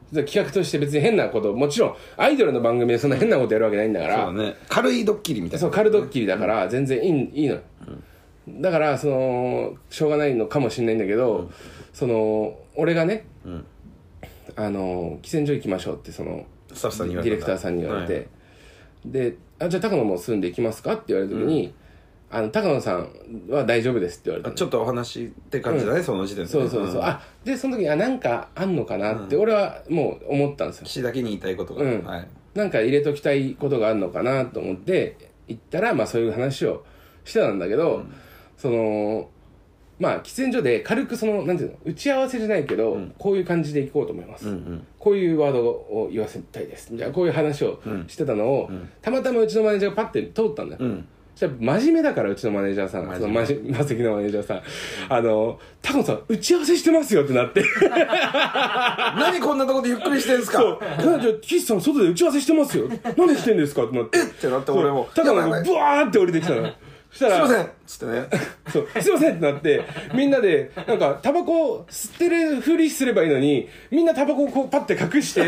[SPEAKER 2] 企画として別に変なこと、もちろんアイドルの番組でそんな変なことやるわけないんだから、
[SPEAKER 1] そうね、軽いドッキリみたいな、
[SPEAKER 2] そう軽ドッキリだから全然いい、いいのよ、うん、だからそのしょうがないのかもしれないんだけど、うん、その俺がね、うん、あの喫煙所行きましょうってその
[SPEAKER 1] スタッフさんに言わ
[SPEAKER 2] れたディレクターさんに言われて、はい、であじゃあ高野も住んで行きますかって言われた時に、うん、あの高野さんは大丈夫ですって言われた。
[SPEAKER 1] ちょっとお話って感じだね、うん、その時点で、ね、
[SPEAKER 2] そうそうそう、うん、あでその時にあなんかあんのかなって俺はもう思ったんですよ。
[SPEAKER 1] 岸だけに言いたいことが、
[SPEAKER 2] うんはい、なんか入れときたいことがあるのかなと思って行ったら、まあそういう話をしてたんだけど、うん、そのまあ喫煙所で軽くそのなんていうの打ち合わせじゃないけど、うん、こういう感じでいこうと思います、うんうん、こういうワードを言わせたいですみたいなこういう話をしてたのを、うん、たまたまうちのマネージャーがパッて通ったんだよ、うん、そしたら真面目だからうちのマネージャーさんそのマセキのマネージャーさん、うん、あの高野さん打ち合わせしてますよってなって
[SPEAKER 1] 何こんなとこでゆっくりしてんすか。
[SPEAKER 2] そうじゃあ岸さん外で打ち合わせしてますよ何してんですかってなって
[SPEAKER 1] えってなって俺も
[SPEAKER 2] 高野がブワーって降りてきたのしたら
[SPEAKER 1] すいませんっつってね
[SPEAKER 2] そうすいませんってなってみんなでなんかタバコ吸ってるふりすればいいのにみんなタバコをこうパッて隠して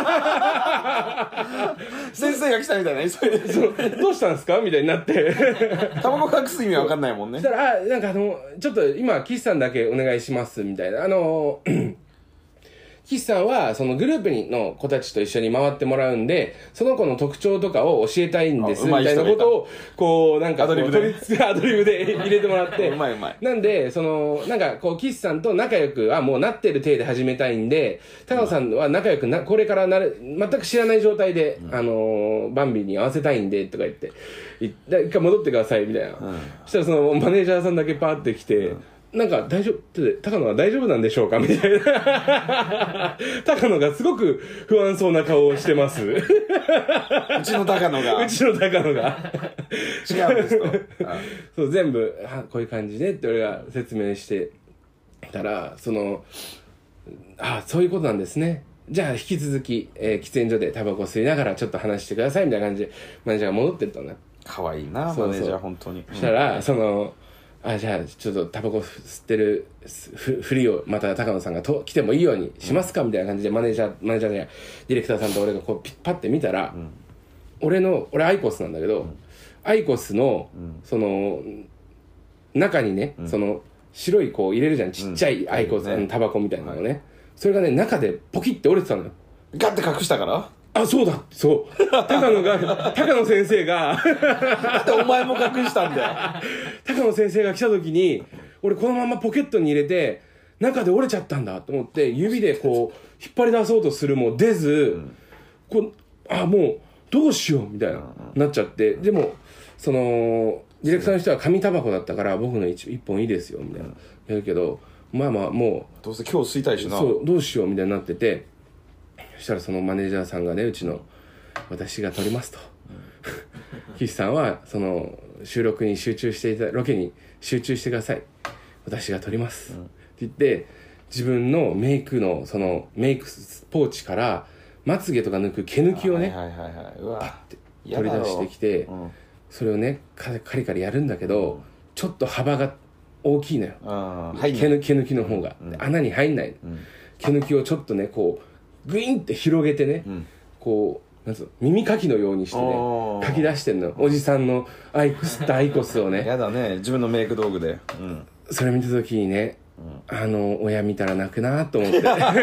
[SPEAKER 1] 先生が来たみたいな急いで
[SPEAKER 2] そうどうしたんですかみたいになって
[SPEAKER 1] タバコ隠す意味わかんないもんね。
[SPEAKER 2] そしたらあなんかあのちょっと今岸さんだけお願いしますみたいなあの岸さんはそのグループの子たちと一緒に回ってもらうんでその子の特徴とかを教えたいんですみたいなことをこうなんか
[SPEAKER 1] アドリブで
[SPEAKER 2] アドリブで入れてもらって
[SPEAKER 1] うまいうまい
[SPEAKER 2] なんでそのなんかこう岸さんと仲良くあもうなってる体で始めたいんで高野さんは仲良くなこれからなる全く知らない状態で、うん、あのバンビに合わせたいんでとか言って一回戻ってくださいみたいな、うん、そしたらそのマネージャーさんだけパーって来て、うんなんか大丈夫高野は大丈夫なんでしょうかみたいな高野がすごく不安そうな顔をしてますう
[SPEAKER 1] ちの高野が
[SPEAKER 2] うちの高野が
[SPEAKER 1] 違うんですと
[SPEAKER 2] そう全部こういう感じでって俺が説明してたらそのあそういうことなんですねじゃあ引き続き、えー、喫煙所でタバコ吸いながらちょっと話してくださいみたいな感じでマネージャーが戻ってったんだ。
[SPEAKER 1] かわいいなマネージャー本当に。
[SPEAKER 2] そしたら、うん、そのあじゃあちょっとタバコ吸ってるふふりをまた高野さんがと来てもいいようにしますかみたいな感じでマネージャーマネージャーじゃないディレクターさんと俺がこうピッパッて見たら、うん、俺の俺アイコスなんだけど、うん、アイコスの、うん、その中にね、うん、その白いこう入れるじゃんちっちゃいアイコス、うん、タバコみたいなのね、はい、それがね中でポキって折れてたのよ。
[SPEAKER 1] ガッて隠したから
[SPEAKER 2] あ、そうだそう高野が高野先生が
[SPEAKER 1] だってお前も隠したんだよ
[SPEAKER 2] 高野先生が来た時に俺このままポケットに入れて中で折れちゃったんだと思って指でこう引っ張り出そうとするも出ず、うん、こうあもうどうしようみたいな、うん、なっちゃってでもそのディレクターの人は紙タバコだったから僕の 1, 一本いいですよみたいな言うけどまあまあもう
[SPEAKER 1] どうせ今日吸いたいしな
[SPEAKER 2] そうどうしようみたいになっててそしたらそのマネージャーさんがねうちの私が撮りますと岸さんはその収録に集中していたロケに集中してください私が撮ります、うん、って言って自分のメイクのそのメイクポーチからまつげとか抜く毛抜きをね、はいはいはいはい、うわパッて取り出してきて、うん、それをねカリカリやるんだけど、うん、ちょっと幅が大きいのよ、うん、毛抜毛抜きの方が、うん、穴に入んない、うん、毛抜きをちょっとねこうグイーンって広げてね、うん、こうなんつうの耳かきのようにしてねかき出してんのおじさんのアイ吸ったアイコスをね
[SPEAKER 1] やだね自分のメイク道具で、うん、
[SPEAKER 2] それ見た時にね、うん、あの親見たら泣くなと思って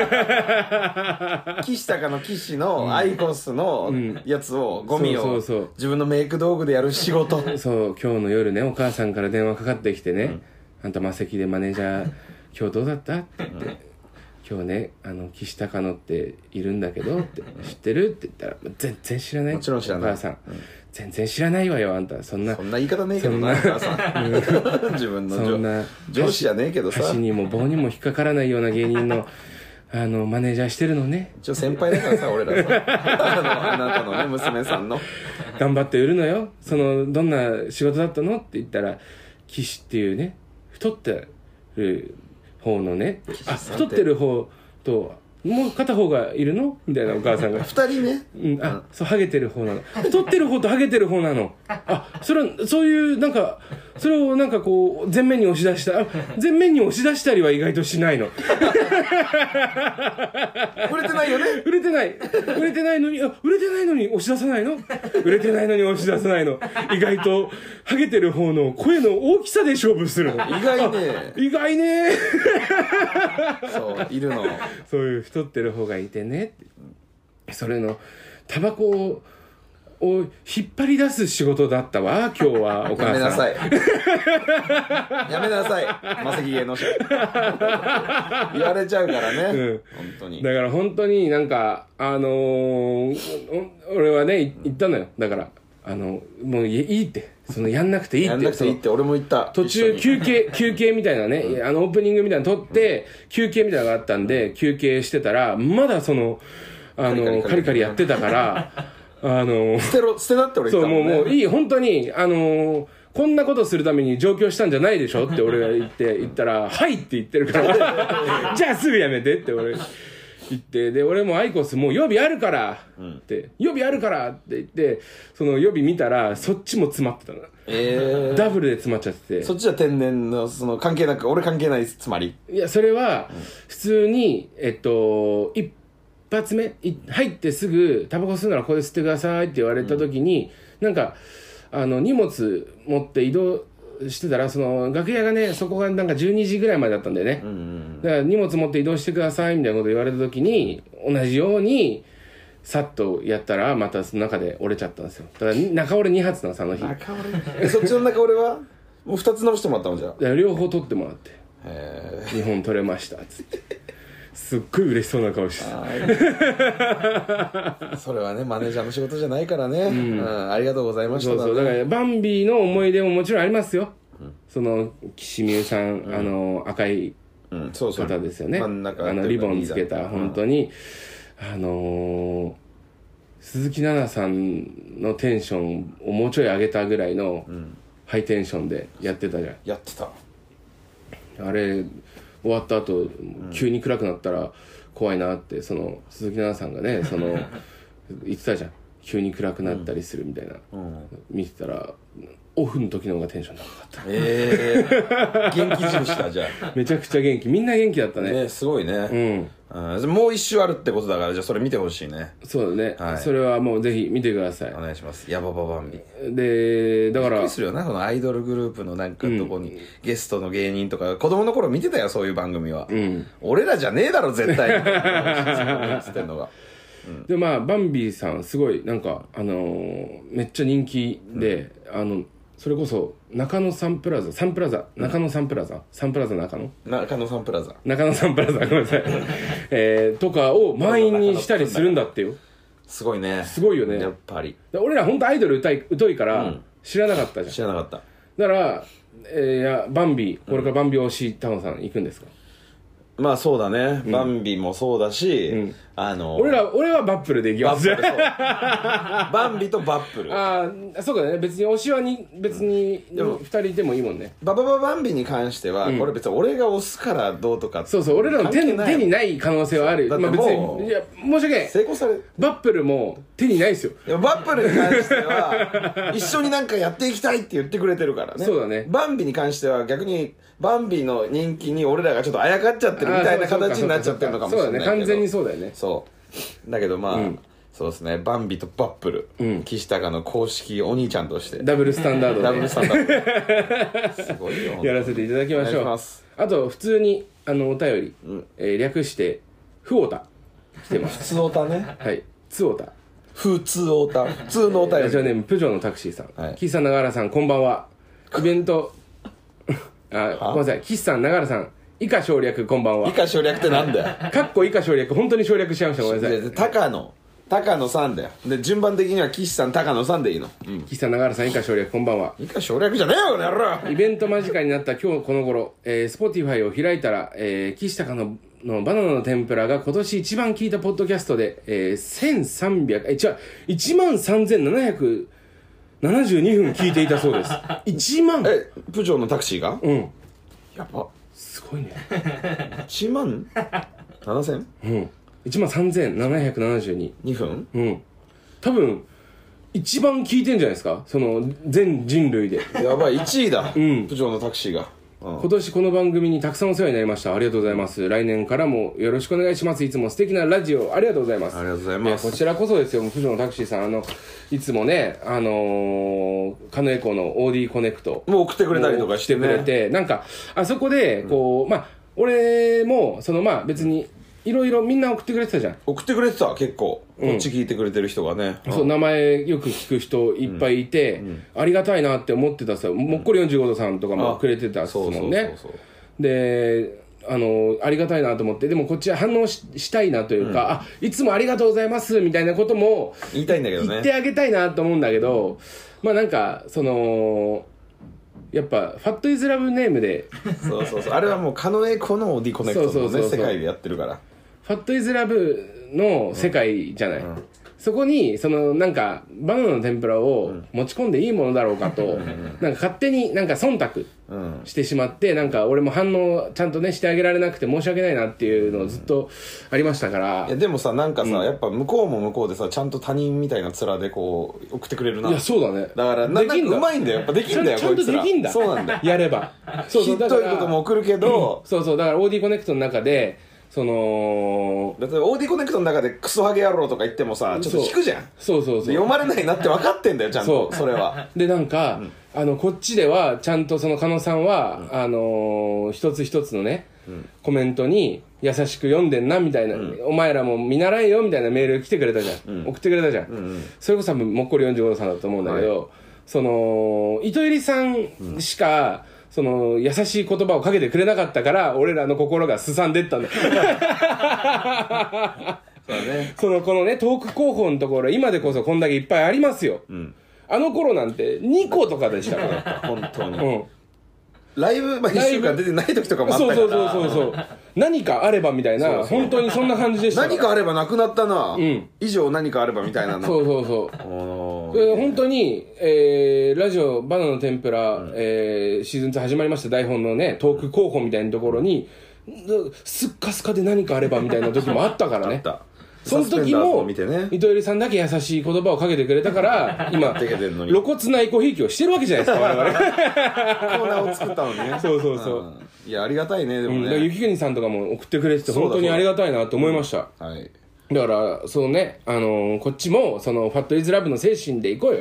[SPEAKER 1] 岸高の岸のアイコスのやつを、うん、ゴミをそうそうそう自分のメイク道具でやる仕事
[SPEAKER 2] そう今日の夜ねお母さんから電話かかってきてね、うん、あんたマセキでマネージャー今日どうだったって言って、うん今日ねあの岸高野っているんだけどって知ってるって言ったら全然知らない
[SPEAKER 1] もちろん知らない
[SPEAKER 2] お母さん、うん、全然知らないわよあんたそんな
[SPEAKER 1] そんな言い方ねえけどなお母さん自分のそんな上司じゃねえけどさ
[SPEAKER 2] 箸にも棒にも引っかからないような芸人のあのマネージャーしてるのね
[SPEAKER 1] 一応先輩だからさ俺らさあのあなたのね娘さんの
[SPEAKER 2] 頑張って売るのよそのどんな仕事だったのって言ったら岸っていうね太ってる方のねあ太ってる方ともう片方がいるのみたいなお母さんが
[SPEAKER 1] ふたりね、
[SPEAKER 2] うん、あそうハゲてる方なの太ってる方とハゲてる方なのあそれはそういうなんかそれをなんかこう前面に押し出した前面に押し出したりは意外としないの
[SPEAKER 1] 売れてないよね
[SPEAKER 2] 売れてない売れてないのにあ売れてないのに押し出さないの売れてないのに押し出さないの意外とハゲてる方の声の大きさで勝負するの
[SPEAKER 1] 意外ね
[SPEAKER 2] 意外ね
[SPEAKER 1] そういるの
[SPEAKER 2] そういう太ってる方がいてねってそれのタバコをを引っ張り出す仕事だったわ今日はお母さん
[SPEAKER 1] やめなさいやめなさいマセキ芸能者言われちゃうからね、うん、本当に
[SPEAKER 2] だから本当になんかあのー、俺はね言ったのよだからあのもういいってそのやんなくていいって
[SPEAKER 1] やんなくていいって俺も言った
[SPEAKER 2] 途中休憩休憩みたいなね、うん、あのオープニングみたいなの撮って、うん、休憩みたいなのがあったんで休憩してたらまだそのあのカリカリやってたからあの
[SPEAKER 1] 捨てろ捨てなって俺言ったもんね
[SPEAKER 2] そうもうもういい本当にあのこんなことするために上京したんじゃないでしょって俺が言って言ったらはいって言ってるからじゃあすぐやめてって俺言ってで俺もアイコスもう予備あるからって、うん、予備あるからって言ってその予備見たらそっちも詰まってたの、えー、ダブルで詰まっちゃってて
[SPEAKER 1] そっちは天然のその関係なく俺関係ないつまり
[SPEAKER 2] いやそれは普通にえっと一一発目入ってすぐタバコ吸うならここで吸ってくださいって言われた時に、うん、なんかあの荷物持って移動してたらその楽屋がねそこがなんかじゅうにじぐらいまでだったんだよね、うんうん、だから荷物持って移動してくださいみたいなこと言われた時に同じようにさっとやったらまたその中で折れちゃったんですよだから中折れに発なのその日
[SPEAKER 1] 中折れそっちの中折れはもうふたつ直してもらったのじゃあ
[SPEAKER 2] 両方取ってもらってにほん取れましたっつってすっごい嬉しそうな顔して
[SPEAKER 1] それはねマネージャーの仕事じゃないからね、うんうん、ありがとうございました
[SPEAKER 2] そうそうだからバンビの思い出ももちろんありますよ、うん、その岸美優さん、うん、あの赤い方ですよね、うん、そうそうあのリボンつけた本当に、うん、あのー、鈴木奈々さんのテンションをもうちょい上げたぐらいのハイテンションでやってたじゃん
[SPEAKER 1] やってた
[SPEAKER 2] あれ終わった後、うん、急に暗くなったら怖いなってその鈴木奈々さんがねその言ってたじゃん急に暗くなったりするみたいな、うん、見てたらオフの時の方がテンション高かった
[SPEAKER 1] えー、元気印だじゃあ
[SPEAKER 2] めちゃくちゃ元気みんな元気だったね
[SPEAKER 1] ねすごいねうんあもう一周あるってことだからじゃあそれ見てほしいね
[SPEAKER 2] そうだね、はい、それはもうぜひ見てください
[SPEAKER 1] お願いしますヤバババンビ
[SPEAKER 2] でだから
[SPEAKER 1] びっくりするよなこのアイドルグループのなんかとこに、うん、ゲストの芸人とか子供の頃見てたよそういう番組は、うん、俺らじゃねえだろ絶対につってんのが
[SPEAKER 2] うん、でまあバンビさんすごいなんかあのー、めっちゃ人気で、うん、あのそれこそ中野サンプラザサンプラザ中野サンプラザ、うん、サンプラザ中野
[SPEAKER 1] 中野サンプラザ
[SPEAKER 2] 中野サンプラザごめんなさい、えー、とかを満員にしたりするんだってよ
[SPEAKER 1] すごいね
[SPEAKER 2] すごいよね
[SPEAKER 1] やっぱり
[SPEAKER 2] 俺ら本当アイドル疎い、疎いから知らなかったじゃん、
[SPEAKER 1] 知らなかった
[SPEAKER 2] だから、えー、いやバンビこれからバンビ推しタオンさん行くんですか、
[SPEAKER 1] まあそうだね、うん、バンビもそうだし、うん、あの
[SPEAKER 2] 俺ら俺はバップルで行きます
[SPEAKER 1] バップルそうバンビとバップル
[SPEAKER 2] ああそうかね別に推しはに別にふたりでもいいもんね
[SPEAKER 1] ババババンビに関しては、うん、これ別に俺が推すからどうとかって
[SPEAKER 2] そうそう俺らの 手, 手にない可能性はある
[SPEAKER 1] だってもう、
[SPEAKER 2] まあ、別にいや申し訳ない
[SPEAKER 1] 成功され
[SPEAKER 2] バップルも手にないですよ
[SPEAKER 1] いやバップルに関しては一緒になんかやっていきたいって言ってくれてるからね
[SPEAKER 2] そうだね
[SPEAKER 1] バンビに関しては逆にバンビの人気に俺らがちょっとあやかっちゃってるみたいな形になっちゃってるのかもしれないけど
[SPEAKER 2] そうだね完全にそうだよね
[SPEAKER 1] そうだけどまあ、うん、そうですねバンビとバップル、うん、岸高の公式お兄ちゃんとして
[SPEAKER 2] ダブルスタンダードで
[SPEAKER 1] ダブルスタンダードすごいよ
[SPEAKER 2] やらせていただきましょうあと普通にあのお便り、うんえー、略してふおた来てます
[SPEAKER 1] 普通おたね
[SPEAKER 2] はいつおた
[SPEAKER 1] 普通おた普通のお便り
[SPEAKER 2] ラジオネームプジョーのタクシーさん、はい、岸さん永原さんこんばんはイベントあごめんなさい岸さん永原さん以下省略こんばんは
[SPEAKER 1] 以下省略ってなんだよ
[SPEAKER 2] かっこ以下省略本当に省略しちゃいましたごめんなさい
[SPEAKER 1] 高野高野さんだよで順番的には岸さん高野さんでいいの、
[SPEAKER 2] うん、岸さん永原さん以下省略こんばんは
[SPEAKER 1] 以下省略じゃねえよこの野郎
[SPEAKER 2] イベント間近になった今日この頃、えー、Spotify を開いたら、えー、岸高ののバナナの天ぷらが今年一番聞いたポッドキャストで、えー、せんさんびゃくえ違ういちまんさんぜんななひゃくななじゅうにふん聞いていたそうですいちまん
[SPEAKER 1] えプジョーのタクシーが
[SPEAKER 2] うん
[SPEAKER 1] やば
[SPEAKER 2] すごいね
[SPEAKER 1] いちまんななせん
[SPEAKER 2] うんいちまんさんぜんななひゃくななじゅうに
[SPEAKER 1] にふん
[SPEAKER 2] うん多分一番聞いてんじゃないですか、その全人類で。
[SPEAKER 1] やばい、いちいだ、
[SPEAKER 2] うん、
[SPEAKER 1] プジョーのタクシーが。
[SPEAKER 2] 今年この番組にたくさんお世話になりました。ありがとうございます。来年からもよろしくお願いします。いつも素敵なラジオありがとうございます。
[SPEAKER 1] ありがとうございます。
[SPEAKER 2] こちらこそですよ。プジョーのタクシーさん、あのいつもね、あのー、カノエコの オーディー コネクト
[SPEAKER 1] もう送ってくれたりとかして、ね、
[SPEAKER 2] くれて、なんかあそこでこう、うん、まあ俺もそのまあ別にいろいろみんな送ってくれてたじゃん。
[SPEAKER 1] 送ってくれてた、結構、うん、こっち聞いてくれてる人がね、
[SPEAKER 2] そう、名前よく聞く人いっぱいいて、うんうん、ありがたいなって思ってたさ、もっこりよんじゅうごどさんとかもくれてたっすもんね。そうそうそうそう。で、あのありがたいなと思って、でもこっちは反応 し, したいなというか、うん、あ、いつもありがとうございますみたいなことも
[SPEAKER 1] 言いたいんだけどね、
[SPEAKER 2] 言ってあげたいなと思うんだけど、まあなんかそのやっぱファットイズラブネームで
[SPEAKER 1] そうそうそう、あれはもうカノエコのオーディコネクトのね、そうそうそうそう、世界でやってるから、
[SPEAKER 2] ファットイズラブの世界じゃない、うんうん、そこにそのなんかバナナの天ぷらを持ち込んでいいものだろうかと、うん、なんか勝手になんか忖度してしまって、なんか俺も反応ちゃんとねしてあげられなくて申し訳ないなっていうのをずっとありましたから。
[SPEAKER 1] いやでもさ、なんかさ、うん、やっぱ向こうも向こうでさ、ちゃんと他人みたいな面でこう送ってくれるな。
[SPEAKER 2] いやそうだね、
[SPEAKER 1] だからなできんだ、うまいんだよ、やっぱできんだよ、
[SPEAKER 2] ちゃんとできんだ、
[SPEAKER 1] そうなんだよ、
[SPEAKER 2] やればそうそう、
[SPEAKER 1] ひどいことも送るけど、
[SPEAKER 2] うん、そうそう、だから オーディー コネクトの中でその
[SPEAKER 1] 例えば オーディー コネクトの中でクソハゲ野郎とか言ってもさ、ちょっと引くじゃん。
[SPEAKER 2] そうそうそう、
[SPEAKER 1] 読まれないなって分かってんだよ、ちゃんと。 そ, それは
[SPEAKER 2] でなんか、うん、あのこっちではちゃんとその加納さんは、うん、あのー、一つ一つのね、うん、コメントに優しく読んでんなみたいな、うん、お前らも見習えよみたいなメール来てくれたじゃん、うん、送ってくれたじゃん、うんうん、それこそ多分もっこりよんじゅうごどさんだと思うんだけど、はい、その糸入さんしか、うん、その優しい言葉をかけてくれなかったから俺らの心がすさんでったんだそうね、そのこのねトーク候補のところ今でこそこんだけいっぱいありますよ、うん、あの頃なんてにことかでしたから
[SPEAKER 1] 本当に、
[SPEAKER 2] うん、
[SPEAKER 1] ライブ、まあ、いっしゅうかん出てない時とかもあったから、
[SPEAKER 2] そうそうそうそうそう何かあればみたいな、そうそう本当にそんな感じでしたから。
[SPEAKER 1] 何かあればなくなったな、うん、以上何かあればみたいなの
[SPEAKER 2] そうそうそうえー、本当に、えー、ラジオバナナの天ぷら、うんえー、シーズンツー始まりました台本のねトーク候補みたいなところにすっかすかで何かあればみたいな時もあったからねあったその時も糸入さんだけ優しい言葉をかけてくれたから今露骨なエコひいきをしてるわけじゃないですか我々
[SPEAKER 1] コーナーを作ったのにね
[SPEAKER 2] そうそうそう、うん、
[SPEAKER 1] いやありがたいねでもね、うん、
[SPEAKER 2] 雪国さんとかも送ってくれてて本当にありがたいなと思いました、うん、はいだからそうね、あのー、こっちもそのファットイズラブの精神でいこうよ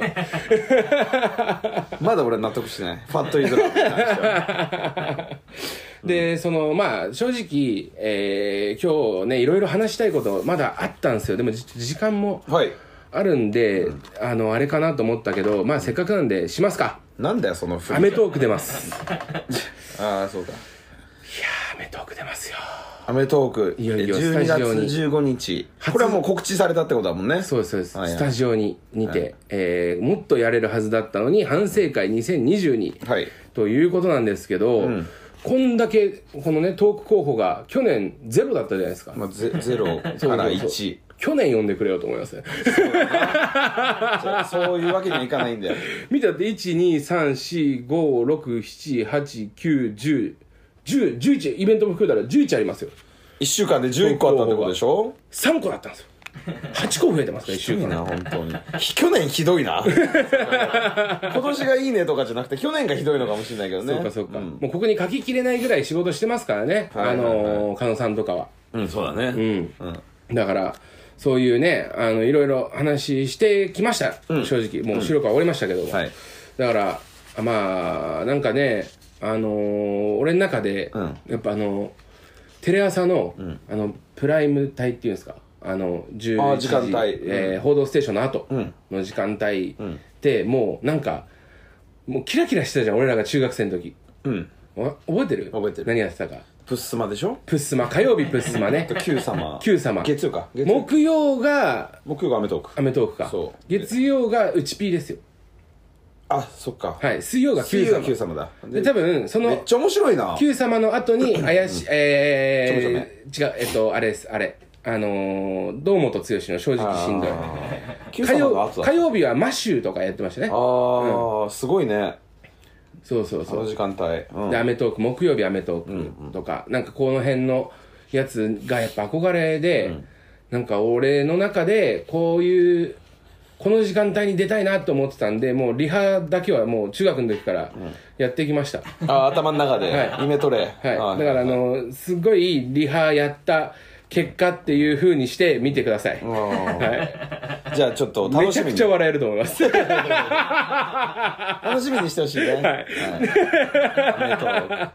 [SPEAKER 1] まだ俺納得してないファットイズラブに関しては
[SPEAKER 2] で、その、まあ、正直、えー、今日ね、いろいろ話したいことまだあったんですよ。でも、時間もあるんで、はい、あの、あれかなと思ったけど、まあ、せっかくなんで、しますか。
[SPEAKER 1] なんだよ、その
[SPEAKER 2] アメトーク出ます。
[SPEAKER 1] ああ、そうか。いや
[SPEAKER 2] ー、アメトーク出ますよ。
[SPEAKER 1] アメトーク、いよいよじゅうにがつじゅうごにち。これはもう告知されたってことだもんね。
[SPEAKER 2] そうです、そうです。はいはい、スタジオににて、はい、えー、もっとやれるはずだったのに、反省会にせんにじゅうに、はい、ということなんですけど、うんこんだけこのねトーク候補が去年ゼロだったじゃないですか、
[SPEAKER 1] まあ、ゼ, ゼロからいち
[SPEAKER 2] 去年読んでくれようと思いますね
[SPEAKER 1] そうそういうわけにはいかないんだよ
[SPEAKER 2] 見たって いちにさんしごろくしちはちきゅうじゅうじゅうじゅういちイベントも含めたらじゅういちありますよ
[SPEAKER 1] いっしゅうかんでじゅういっこあったってことでしょ
[SPEAKER 2] さんこだったんですよはちこ増えてますねいっしゅうかん
[SPEAKER 1] な本当に去年ひどいな今年がいいねとかじゃなくて去年がひどいのかもしれないけどね
[SPEAKER 2] そうかそうか、うん、もうここに書ききれないぐらい仕事してますからね、はいはいはい、あの加納さんとかは
[SPEAKER 1] うんそうだね
[SPEAKER 2] うん、うん、だからそういうねあのいろいろ話してきました、うん、正直もう収録は終わりましたけど、うんはい、だからまあなんかねあのー、俺の中で、うん、やっぱあのテレ朝の、うん、あのプライム帯っていうんですかあのじゅういちじ
[SPEAKER 1] あ時間帯、
[SPEAKER 2] えー、報道ステーションの後の時間帯って、うん、もうなんかもうキラキラしてたじゃん俺らが中学生の時、うん、覚えてる
[SPEAKER 1] 覚えてる
[SPEAKER 2] 何やってたか
[SPEAKER 1] プッスマでしょ
[SPEAKER 2] プッスマ火曜日プッスマね
[SPEAKER 1] Q 様
[SPEAKER 2] Q 様
[SPEAKER 1] 月曜か月曜
[SPEAKER 2] 木曜が
[SPEAKER 1] 木曜がアメトーク
[SPEAKER 2] アメトークかそう月曜がうち P ですよ
[SPEAKER 1] あそっか
[SPEAKER 2] はい水曜が Q 様
[SPEAKER 1] 水曜が Q 様だ
[SPEAKER 2] で多分その
[SPEAKER 1] めっちゃ面白いな
[SPEAKER 2] Q 様の後に怪しいえー違うえっとあれですあれあのー、堂本剛の正直しんどい火曜火曜日はマシューとかやってましたねあ
[SPEAKER 1] あ、うん、すごいね
[SPEAKER 2] そうそうそう
[SPEAKER 1] あの時間帯、
[SPEAKER 2] うん、でアメトーク木曜日アメトークとか、うんうん、なんかこの辺のやつがやっぱ憧れで、うん、なんか俺の中でこういうこの時間帯に出たいなと思ってたんで、もうリハだけはもう中学の時からやってきました、
[SPEAKER 1] うん、あ頭の中で、はい、イメトレ、
[SPEAKER 2] はい、だからあのすごいリハやった結果っていう風にして見てください、
[SPEAKER 1] はい、じゃあちょっと楽しみに、
[SPEAKER 2] めちゃくちゃ笑えると思います
[SPEAKER 1] 楽しみにしてほしいね、はい
[SPEAKER 2] はい、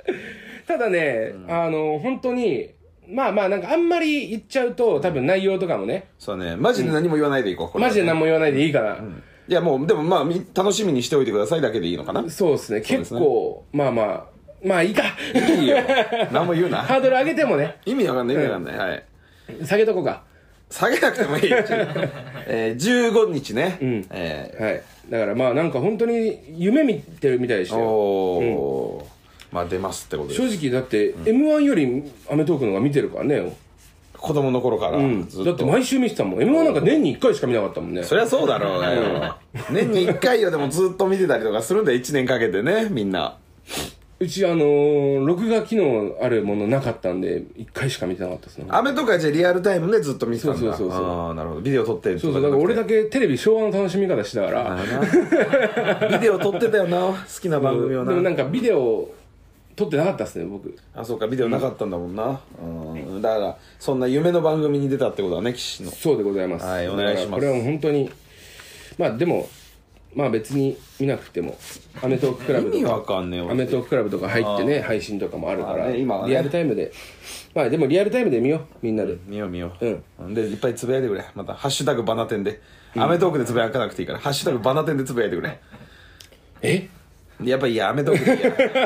[SPEAKER 2] ただね、うん、あの本当にまあまあなんかあんまり言っちゃうと多分内容とかもね、
[SPEAKER 1] そうね、マジで何も言わないでいこう、
[SPEAKER 2] うん、マジで何も言わないでいいかな、うん、
[SPEAKER 1] いやもうでもまあ楽しみにしておいてくださいだけでいいのかな。
[SPEAKER 2] そうですね、結構まあまあまあいいか、
[SPEAKER 1] いいよ何も言うな
[SPEAKER 2] ハードル上げてもね
[SPEAKER 1] 意味わかんない意味わかんない、うん、はい、
[SPEAKER 2] 下げとこうか、
[SPEAKER 1] 下げなくてもいいえー、じゅうごにちね、うん
[SPEAKER 2] えー、はい、だからまあなんか本当に夢見てるみたいでしたよ。
[SPEAKER 1] おー、うん、まあ出ますってことです。
[SPEAKER 2] 正直だって、うん、エムワン よりアメトークの方が見てるからね、
[SPEAKER 1] 子供の頃から、うん、
[SPEAKER 2] ずっとだって毎週見てたもん。 エムワン なんか年にいっかいしか見なかったもんね。
[SPEAKER 1] そりゃそうだろうがよ年にいっかいよ。でもずっと見てたりとかするんだよ、いちねんかけてね、みんな。
[SPEAKER 2] うちあのー、録画機能あるものなかったんでいっかいしか見てなかったですね。
[SPEAKER 1] アメとかじゃリアルタイムでずっと見てたんだ。
[SPEAKER 2] そうそうそうそう。
[SPEAKER 1] ああなるほど、ビデオ撮ってる。
[SPEAKER 2] そうそう、だから俺だけテレビ昭和の楽しみ方してたから
[SPEAKER 1] ビデオ撮ってたよな、好きな番組をな。
[SPEAKER 2] でもなんかビデオ撮ってなかったっすね僕。
[SPEAKER 1] あそうか、ビデオなかったんだもんな、うん、だからそんな夢の番組に出たってことはね、岸の。
[SPEAKER 2] そうでございます。
[SPEAKER 1] はい、お願いします。
[SPEAKER 2] これはもう本当にまあでもまあ別に見なくてもアメトーククラブとか
[SPEAKER 1] 意味わかんねえ
[SPEAKER 2] アメトーククラブとか入ってね配信とかもあるから、
[SPEAKER 1] ね今はね、
[SPEAKER 2] リアルタイムでまあでもリアルタイムで見ようみんなで、うん、
[SPEAKER 1] 見よう見よう、うん、でいっぱいつぶやいてくれ。またハッシュタグバナテンで、うん、アメトークでつぶやかなくていいからハッシュタグバナテンでつぶやいてくれ。
[SPEAKER 2] え
[SPEAKER 1] やっぱりいやアメトークでいい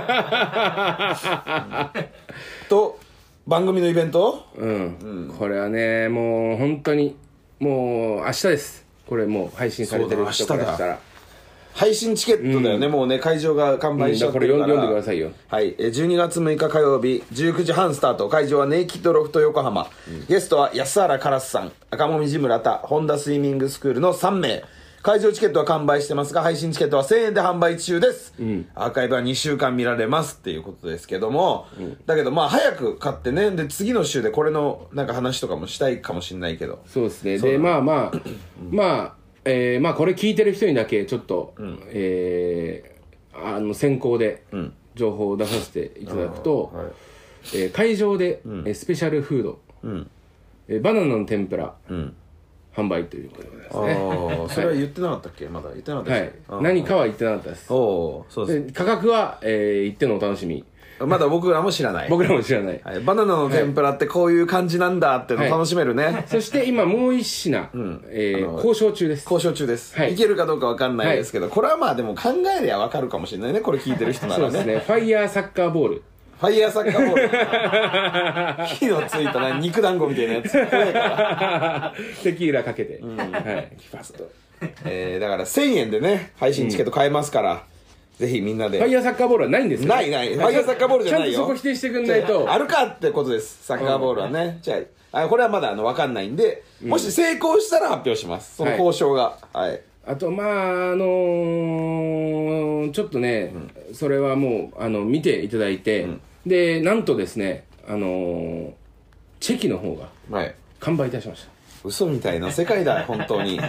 [SPEAKER 1] やと番組のイベント、
[SPEAKER 2] うん、うん、これはねもう本当にもう明日です。これもう配信されてる人からしたら
[SPEAKER 1] 配信チケットだよね、うん、もうね会場が完売しちゃってるから、
[SPEAKER 2] うん、これ読んでくださいよ。
[SPEAKER 1] はい、じゅうにがつむいか火曜日じゅうくじはんスタート。会場はネイキッドロフト横浜、うん、ゲストは安原カラスさん、赤もみじ村田、ホンダスイミングスクールのさんめい。会場チケットは完売してますが配信チケットはせんえんで販売中です、うん、アーカイブはにしゅうかん見られますっていうことですけども、うん、だけどまあ早く買ってね、で次の週でこれのなんか話とかもしたいかもしれないけど。
[SPEAKER 2] そうですね。でまあまあまあえー、まあこれ聞いてる人にだけちょっと、うん、えー、あの先行で情報を出させていただくと、うんはい、えー、会場で、うん、スペシャルフード、うん、えー、バナナの天ぷら、うん、販売ということでございますね。
[SPEAKER 1] あそれは言ってなかったっけ、まだ言ってなかったっ
[SPEAKER 2] け。はい、何かは言ってなかったです。
[SPEAKER 1] おそうです。
[SPEAKER 2] で価格は、えー、言ってのお楽しみ。
[SPEAKER 1] まだ僕らも知らない。
[SPEAKER 2] 僕らも知らない、
[SPEAKER 1] はい、バナナの天ぷらってこういう感じなんだっての楽しめるね、はい、
[SPEAKER 2] そして今もう一品、うん、えー、交渉中です。
[SPEAKER 1] 交渉中です、はい、いけるかどうか分かんないですけど、はい、これはまあでも考えりゃ分かるかもしれないね、これ聞いてる人ならね。
[SPEAKER 2] そうですね。ファイヤーサッカーボール、
[SPEAKER 1] ファイヤーサッカーボール火のついたな肉団子みたいなやつ
[SPEAKER 2] テキーラかけて、うん、はい、
[SPEAKER 1] キパスと、えー、だからせんえんでね配信チケット買えますから、うん、ぜひみんなで。
[SPEAKER 2] ファイヤーサッカーボールはないんですよ。
[SPEAKER 1] ないない。ファイヤーサッカーボールじゃないよ。
[SPEAKER 2] ちゃんとそこ否定してくんないと。
[SPEAKER 1] あるかってことです。サッカーボールはね。うん、じゃあ、あこれはまだあの分かんないんで、もし成功したら発表します。その交渉が。はい。はい、
[SPEAKER 2] あと、まあ、あのー、ちょっとね、うん、それはもう、あの、見ていただいて、うん、で、なんとですね、あのー、チェキの方が、完売いたしました。
[SPEAKER 1] 嘘みたいな世界だ、本当に。うん。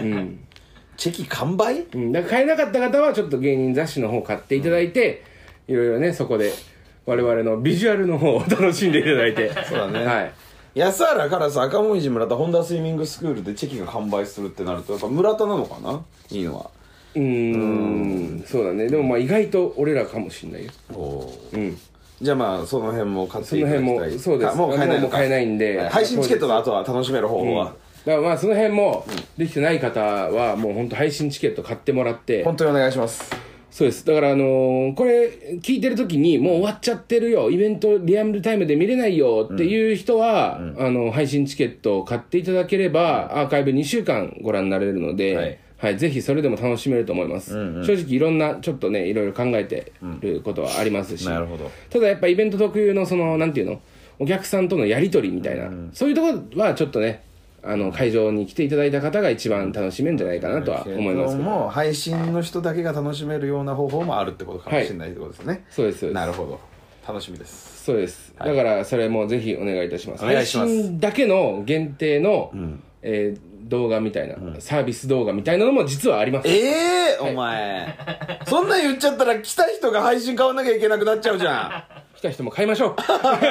[SPEAKER 1] チェキ完売？
[SPEAKER 2] うん、だから買えなかった方はちょっと芸人雑誌の方買っていただいて、うん、いろいろねそこで我々のビジュアルの方を楽しんでいただいて
[SPEAKER 1] そうだね、
[SPEAKER 2] はい、
[SPEAKER 1] 安原からさ赤もみじ村田ホンダスイミングスクールでチェキが完売するってなるとやっぱ村田なのかな、いいのは。
[SPEAKER 2] うーんそうだね。でもまあ意外と俺らかもしんないよ。お
[SPEAKER 1] うん。じゃあまあその辺も買っていただきたい。
[SPEAKER 2] その辺もそうです。
[SPEAKER 1] もう買えないのか。
[SPEAKER 2] もう買えないんで、
[SPEAKER 1] はい、配信チケットの後は楽しめる方法は、うん
[SPEAKER 2] だからまあその辺もできてない方はもう本当配信チケット買ってもらって
[SPEAKER 1] 本当にお願いします。
[SPEAKER 2] そうです。だからあのー、これ聞いてる時にもう終わっちゃってるよ、イベントリアルタイムで見れないよっていう人は、うんうん、あの配信チケットを買っていただければアーカイブにしゅうかんご覧になれるので、はいはい、ぜひそれでも楽しめると思います、うんうん、正直いろんなちょっとねいろいろ考えてることはありますし、うん、
[SPEAKER 1] なるほど。
[SPEAKER 2] ただやっぱイベント特有のそのなんていうのお客さんとのやり取りみたいな、うん、そういうところはちょっとねあの会場に来ていただいた方が一番楽しめるんじゃないかなとは思いますけど
[SPEAKER 1] も、配信の人だけが楽しめるような方法もあるってことかもしれないってことですね、はい、
[SPEAKER 2] そうですそうです。
[SPEAKER 1] なるほど、楽しみです。
[SPEAKER 2] そうです、はい、だからそれもぜひお願いいたします。
[SPEAKER 1] お願いします。
[SPEAKER 2] 配信だけの限定の、うんえー、 動画みたいな、うん、サービス動画みたいなのも実はあります。
[SPEAKER 1] ええーはい、お前そんなん言っちゃったら来た人が配信買わなきゃいけなくなっちゃうじゃん。
[SPEAKER 2] 来た人も買いましょう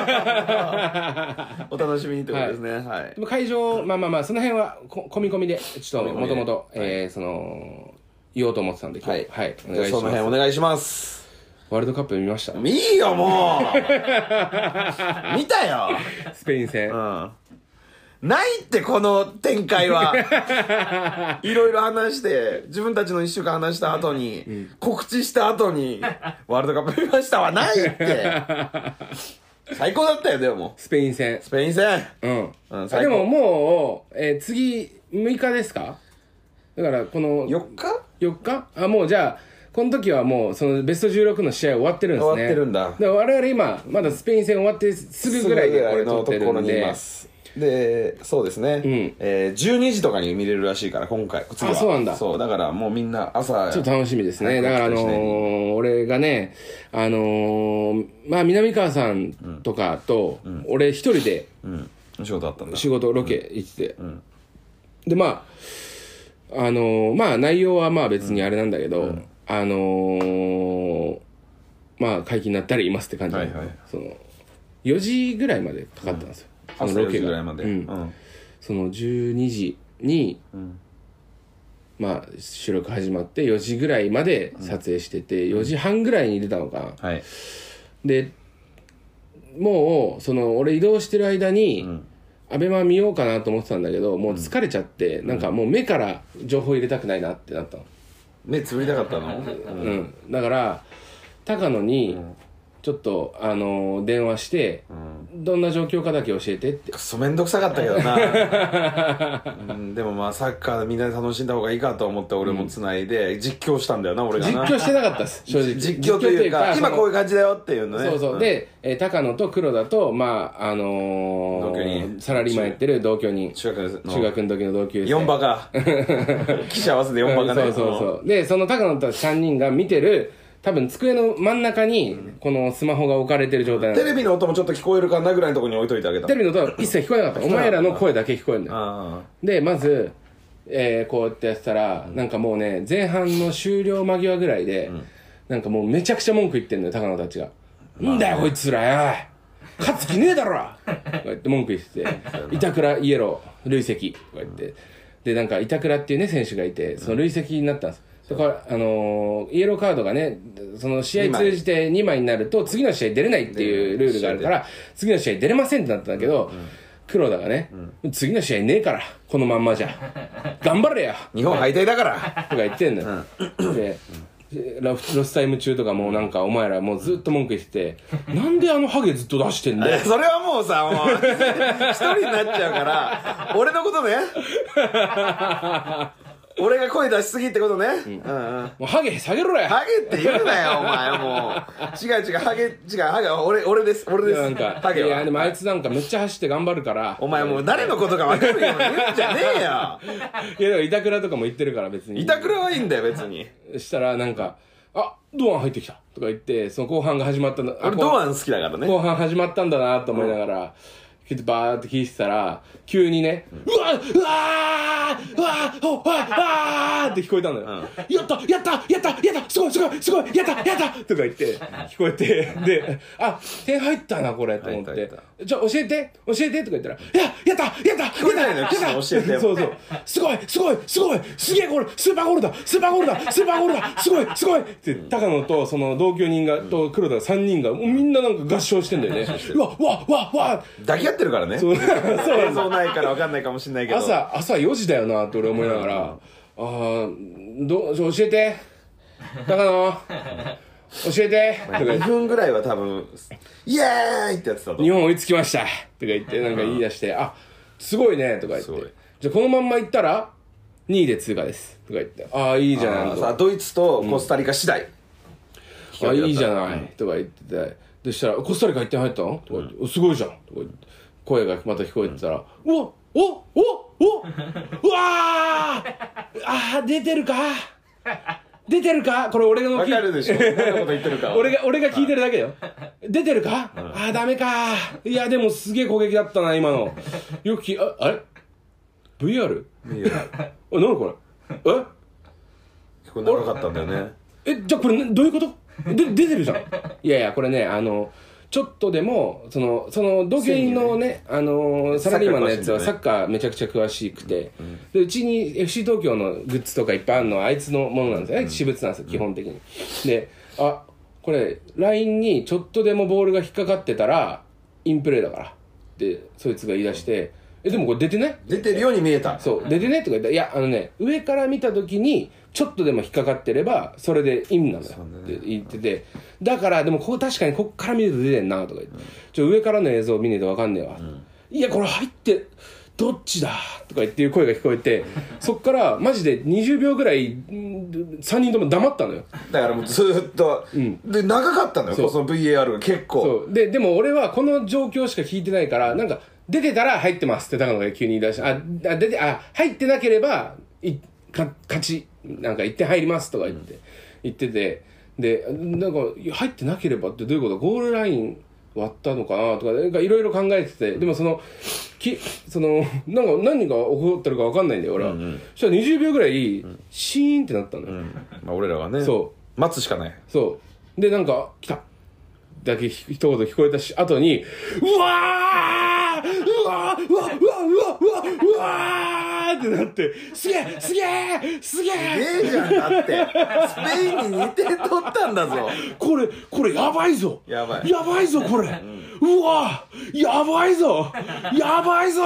[SPEAKER 1] お楽しみにってことですね。はい、はい、
[SPEAKER 2] でも会場まあまあまあその辺はこ込み込みでちょっともともとその言おうと思ってたんで今日はい、はい、お願いします。
[SPEAKER 1] その辺お願いします。
[SPEAKER 2] ワールドカップ見ました？
[SPEAKER 1] いいよもう見たよ
[SPEAKER 2] スペイン戦、
[SPEAKER 1] うんないってこの展開はいろいろ話して自分たちのいっしゅうかん話した後に、うん、告知した後にワールドカップ見ましたはないって最高だったよ。でも
[SPEAKER 2] スペイン戦
[SPEAKER 1] スペイン戦
[SPEAKER 2] うん、うん、でももう、えー、次むいかですか？だからこの
[SPEAKER 1] よっか
[SPEAKER 2] よっかあもうじゃあこの時はもうそのベストじゅうろくの試合終わってるんですね。
[SPEAKER 1] 終わってるんだ。
[SPEAKER 2] で我々今まだスペイン戦終わってすぐぐらいでこれ撮ってるんで、すぐぐらいのところにいます。
[SPEAKER 1] でそうですね、うんえー、じゅうにじとかに見れるらしいから今回次は。
[SPEAKER 2] あそうなんだ。
[SPEAKER 1] そうだからもうみんな朝
[SPEAKER 2] ちょっと楽しみですね。だからあのー、俺がねあのー、まあ南川さんとかと、うん、俺一人で、
[SPEAKER 1] うん、仕事あったんだ。
[SPEAKER 2] 仕事ロケ行ってて、うん、でまああのー、まあ内容はまあ別にあれなんだけど、うん、あのー、まあ解禁になったらいますって感じで、はいはい、そのよじぐらいまでかかったんですよ、うん、そのロケが
[SPEAKER 1] ぐらいまで、うんうん、
[SPEAKER 2] そのじゅうにじに、うん、まあ収録始まってよじぐらいまで撮影してて、うん、よじはんぐらいに出たのかな、はい、でもうその俺移動してる間に、うんアベマ見ようかなと思ってたんだけどもう疲れちゃって、うん、なんかもう目から情報入れたくないなってなったの。
[SPEAKER 1] 目つぶりたかったの、うん
[SPEAKER 2] うん、だから高野にちょっと、あのー、電話して、うん、どんな状況かだけ教えてって
[SPEAKER 1] くそめんどくさかったけどな、うん、でもまあサッカーみんなで楽しんだ方がいいかと思って俺もつないで実況したんだよな、俺がな。
[SPEAKER 2] 実況してなかったです正直。
[SPEAKER 1] 実況というか今こういう感じだよっていうのね。
[SPEAKER 2] そうそう、うん、で、えー、高野と黒田とまああのー、同居人サラリーマンやってる同居人
[SPEAKER 1] 中学の
[SPEAKER 2] 中学の時の同級生
[SPEAKER 1] よんばか記者合わせてよんばかね、
[SPEAKER 2] うん、そうそうそうでその高野とさんにんが見てる多分机の真ん中にこのスマホが置かれてる状態なの。
[SPEAKER 1] テレビの音もちょっと聞こえるかなぐらいのところに置いといてあげた。
[SPEAKER 2] テレビの音は一切聞こえなかった。お前らの声だけ聞こえるんだよ。でまず、えー、こうやってやってたら、うん、なんかもうね前半の終了間際ぐらいで、うん、なんかもうめちゃくちゃ文句言ってんのよ高野たちが、まあ、んだよこいつらよ勝つ気ねえだろとか言って文句言ってて板倉イエロー累積とか言って、うん、でなんか板倉っていうね選手がいてその累積になったんです。だからあのー、イエローカードがねその試合通じてにまいになると次の試合出れないっていうルールがあるから次の試合出れませんってなったんだけど、うん、黒田がね、うん、次の試合ねえからこのまんまじゃ頑張れよ
[SPEAKER 1] 日本敗退だから
[SPEAKER 2] とか言ってんだよ、うん、でロスタイム中とかもうなんかお前らもうずっと文句言っててなんであのハゲずっと出してんだよ
[SPEAKER 1] それはもうさもう一人になっちゃうから俺のことね俺が声出しすぎってことね、うんうんうん、
[SPEAKER 2] もうハゲ下げろや
[SPEAKER 1] ハゲって言うなよお前もう違う違うハゲ違うハゲは俺俺です俺です
[SPEAKER 2] なんかハゲはいやでもあいつなんかめっちゃ走って頑張るから
[SPEAKER 1] お前もう誰のことか分かるように言うんじゃねえよいや
[SPEAKER 2] でも板倉とかも言ってるから別に
[SPEAKER 1] 板倉はいいんだよ別に
[SPEAKER 2] したらなんかあ堂安入ってきたとか言ってその後半が始まったんだ
[SPEAKER 1] 俺堂安好きだからね
[SPEAKER 2] 後半始まったんだなと思いながら、うんバーって聞いてたら急にね、うん、うわうわーうわーおわーって聞こえたんだよ、うん、やったやったやったやったすごいすごいすごいやったやったとか言って聞こえてであ点入ったなこれと思ってじゃあ教えて教えてとか言ったらいややったやったやったやった
[SPEAKER 1] 教えて
[SPEAKER 2] そうそうすごいすごいすごいすげえこれスーパーゴールだスーパーゴールだスーパーゴールだすごいすごいって高野とその同居人がと黒田さんにんがもうみんななんか合唱してんだよねうわわわわ
[SPEAKER 1] 抱き合ってるからねそうそう映像ないから分かんないかもしれないけど
[SPEAKER 2] 朝朝よじだよなって俺思いながら、うん、ああど教えて高野教えてとか
[SPEAKER 1] にふんぐらいは多分イエーイってやってたと
[SPEAKER 2] 日本追いつきましたとか言ってなんか言い出して、うん、あすごいねとか言ってじゃあこのまんまいったらにいで通過ですとか言ってああいいじゃない
[SPEAKER 1] さあドイツとコスタリカ次第、
[SPEAKER 2] うん、あいいじゃない、うん、とか言っててでしたらコスタリカいってん入ったのとか言って、うん、すごいじゃんとか言って声がまた聞こえてたら、うん、おおおおうわーあー出てるか出てるかこれ俺が
[SPEAKER 1] 分かるでしょ何のこと言ってるか
[SPEAKER 2] 俺が俺が聞いてるだけよ出てるか、うん、あーダメかいやでもすげえ攻撃だったな今のよくきああれブイアール?
[SPEAKER 1] ブイアール
[SPEAKER 2] あ、何これえ
[SPEAKER 1] 結構長かったんだよね。
[SPEAKER 2] え、じゃあこれ、ね、どういうことで出てるじゃん。いやいや、これね、あのちょっとでもそのその同居人のね、あのー、サラリーマンのやつはサッカーめちゃくちゃ詳しくて、うん、でうちに エフシー 東京のグッズとかいっぱいあるのはあいつのものなんですよね、うん、私物なんですよ基本的に。で、あ、これ ライン にちょっとでもボールが引っかかってたらインプレーだからってそいつが言い出して、えでもこれ出てない？
[SPEAKER 1] 出てるように見えた。
[SPEAKER 2] そう出てねとか言ったら、いやあのね、上から見た時にちょっとでも引っかかってればそれで意味なんだよって言ってて、だからでもここ確かにここから見ると出てんなとか言って、うん、ちょ上からの映像見ねえと分かんねえわ、うん、いやこれ入ってどっちだとか言っていう声が聞こえてそっからマジでにじゅうびょうぐらいさんにんとも黙ったのよ。
[SPEAKER 1] だからもうずーっと、うん、で長かったのよその ブイエーアール が結構。
[SPEAKER 2] そうで、でも俺はこの状況しか聞いてないからなんか出てたら入ってますって高野が急に言い出して、あ、あ出てあ入ってなければいか勝ちなんかいってん入りますとか言って、うん、言ってて、でなんか入ってなければってどういうこと、ゴールライン割ったのかなとかなんかいろいろ考えてて、でもそのきそのなんか何が起こってるか分かんないんだよ俺は、うんうん、そしたらにじゅうびょうぐらいシーンってなったのよ、うん、
[SPEAKER 1] まあ、俺らはね
[SPEAKER 2] そう
[SPEAKER 1] 待つしかない。
[SPEAKER 2] そうでなんか来ただけ一言聞こえたし後にうわーうわーうわうわうわうわうわーってなって、すげえすげえすげえ
[SPEAKER 1] すげえじゃん。だってスペインににてん取ったんだぞ。
[SPEAKER 2] これこれやばいぞ
[SPEAKER 1] やばい
[SPEAKER 2] やばいぞこれ、うん、うわやばいぞやばいぞ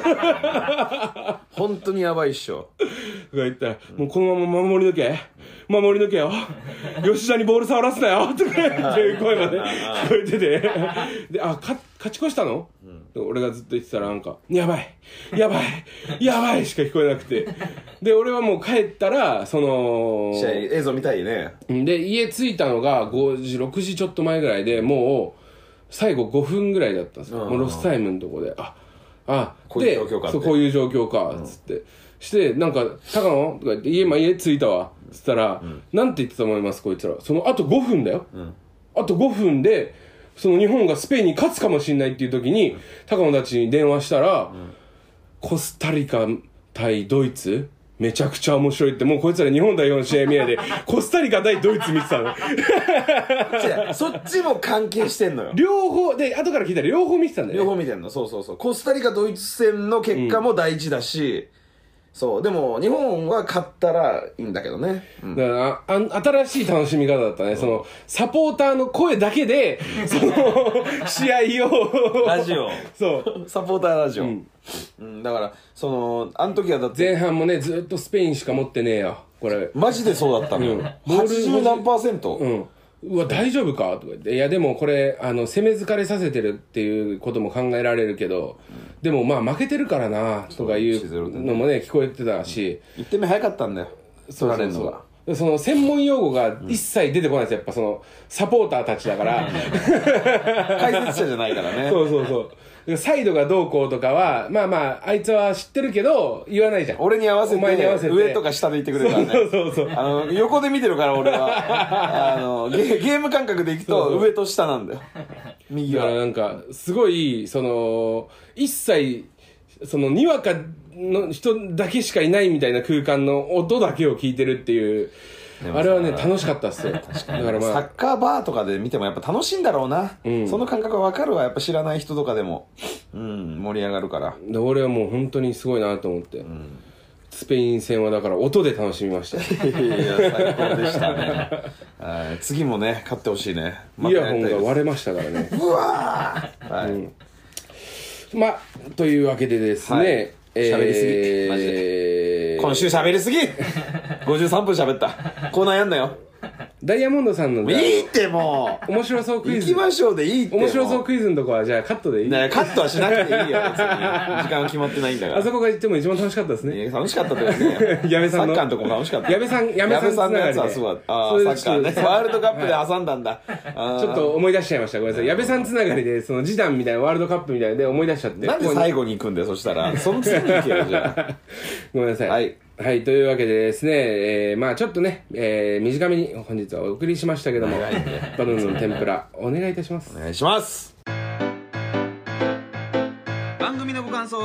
[SPEAKER 1] 本当にやばいっしょ。
[SPEAKER 2] とか言ったら、もうこのまま守り抜け守り抜けよ吉田にボール触らすなよとかっていう声まで聞こえててで、あ、か勝ち越したの、うん、俺がずっと言ってたらなんかやばいやばいやばいしか聞こえなくてで俺はもう帰ったらその
[SPEAKER 1] 試合映像見たいね。
[SPEAKER 2] で家着いたのがごじろくじちょっと前ぐらいで、もう最後ごふんぐらいだったんですよ、もうロスタイムのとこで、ああ
[SPEAKER 1] こういう状況かって、
[SPEAKER 2] そうこういう状況かっつって、うん、してなんか「高野?」とか言って「家、まあ、家着いたわ」っつったら、うん、なんて言ってたと思いますこいつら。そのあとごふんだよ、うん、あとごふんでその日本がスペインに勝つかもしれないっていう時に、うん、高野たちに電話したら、うん、コスタリカ対ドイツめちゃくちゃ面白いって、もうこいつら日本代表の試合見ないでコスタリカ対ドイツ見てたの
[SPEAKER 1] そっちも関係してんのよ。
[SPEAKER 2] 両方で後から聞いたら両方見てたんだよね。
[SPEAKER 1] 両方見てんの。そうそうそう。コスタリカドイツ戦の結果も大事だし、うん、そうでも日本は勝ったらいいんだけどね、うん、だ
[SPEAKER 2] からあ新しい楽しみ方だったね、うん、そのサポーターの声だけでその試合を
[SPEAKER 1] ラジオ
[SPEAKER 2] そう
[SPEAKER 1] サポーターラジオ、うんうん、だからそのあの時はだって
[SPEAKER 2] 前半もねずっとスペインしか持ってねえよこれ
[SPEAKER 1] マジでそうだったのよ、うん、はちじゅうなんパーセント、
[SPEAKER 2] うんうわ大丈夫かとか言って、いやでもこれあの攻め疲れさせてるっていうことも考えられるけど、うん、でもまあ負けてるからなとかいうのもね聞こえてたし、
[SPEAKER 1] いってんめ早かったんだよ取られるのが。
[SPEAKER 2] その専門用語が一切出てこないです、やっぱそのサポーターたちだから
[SPEAKER 1] 解説者じゃないからね
[SPEAKER 2] そうそうそうサイドがどうこうとかはまあまああいつは知ってるけど言わないじゃん。
[SPEAKER 1] 俺に合わせてお前に合わせて上とか下で言ってくれるからね。
[SPEAKER 2] そうそうそう
[SPEAKER 1] あの横で見てるから俺はあの ゲ, ゲーム感覚でいくと上と下なんだよ右は。
[SPEAKER 2] だからなんかすごいその一切そのにわかの人だけしかいないみたいな空間の音だけを聞いてるっていうあれはね楽しかったっすよ。
[SPEAKER 1] 確かにだから、まあ、サッカーバーとかで見てもやっぱ楽しいんだろうな、うん、その感覚は分かるわ。やっぱ知らない人とかでも、うん、盛り上がるから。
[SPEAKER 2] で俺はもう本当にすごいなと思って、うん、スペイン戦はだから音で楽しみました。
[SPEAKER 1] いや最高でしたね次もね勝ってほしいね。
[SPEAKER 2] イヤホンが割れましたからね
[SPEAKER 1] うわー、はい、うん、
[SPEAKER 2] まあというわけでですね、はい、
[SPEAKER 1] 喋、えー、りすぎマジで今週喋りすぎごじゅうさんぷん喋った。コーナーやんなよ。
[SPEAKER 2] ダイヤモンドさんの
[SPEAKER 1] いいっても
[SPEAKER 2] う面白そうクイズ
[SPEAKER 1] 行きましょうでいいって。
[SPEAKER 2] 面白そうクイズのとこはじゃあカットでいい。
[SPEAKER 1] ねカットはしなくていいよ別に時間は決まってないんだから。
[SPEAKER 2] あそこが言っても一番楽しかったですね。
[SPEAKER 1] 楽しかったですね
[SPEAKER 2] 矢部さんの
[SPEAKER 1] サッカーのとこも楽しかった。
[SPEAKER 2] 矢部さん矢部
[SPEAKER 1] さんのやつはすごい。ああサッカーねワールドカップで挟んだんだ、
[SPEAKER 2] はい、ちょっと思い出しちゃいました。ごめんなさい。矢部さんつながりでその示談みたいなワールドカップみたいなで思い出しちゃって。
[SPEAKER 1] なんで最後に行くんだよそしたらその次に行けよじゃあ
[SPEAKER 2] ごめんなさい。
[SPEAKER 1] はい
[SPEAKER 2] はい、というわけでですね、えー、まあちょっとね、えー、短めに本日はお送りしましたけども、バナナの天ぷらお願いいたします。
[SPEAKER 1] お願いします。番組のご感想は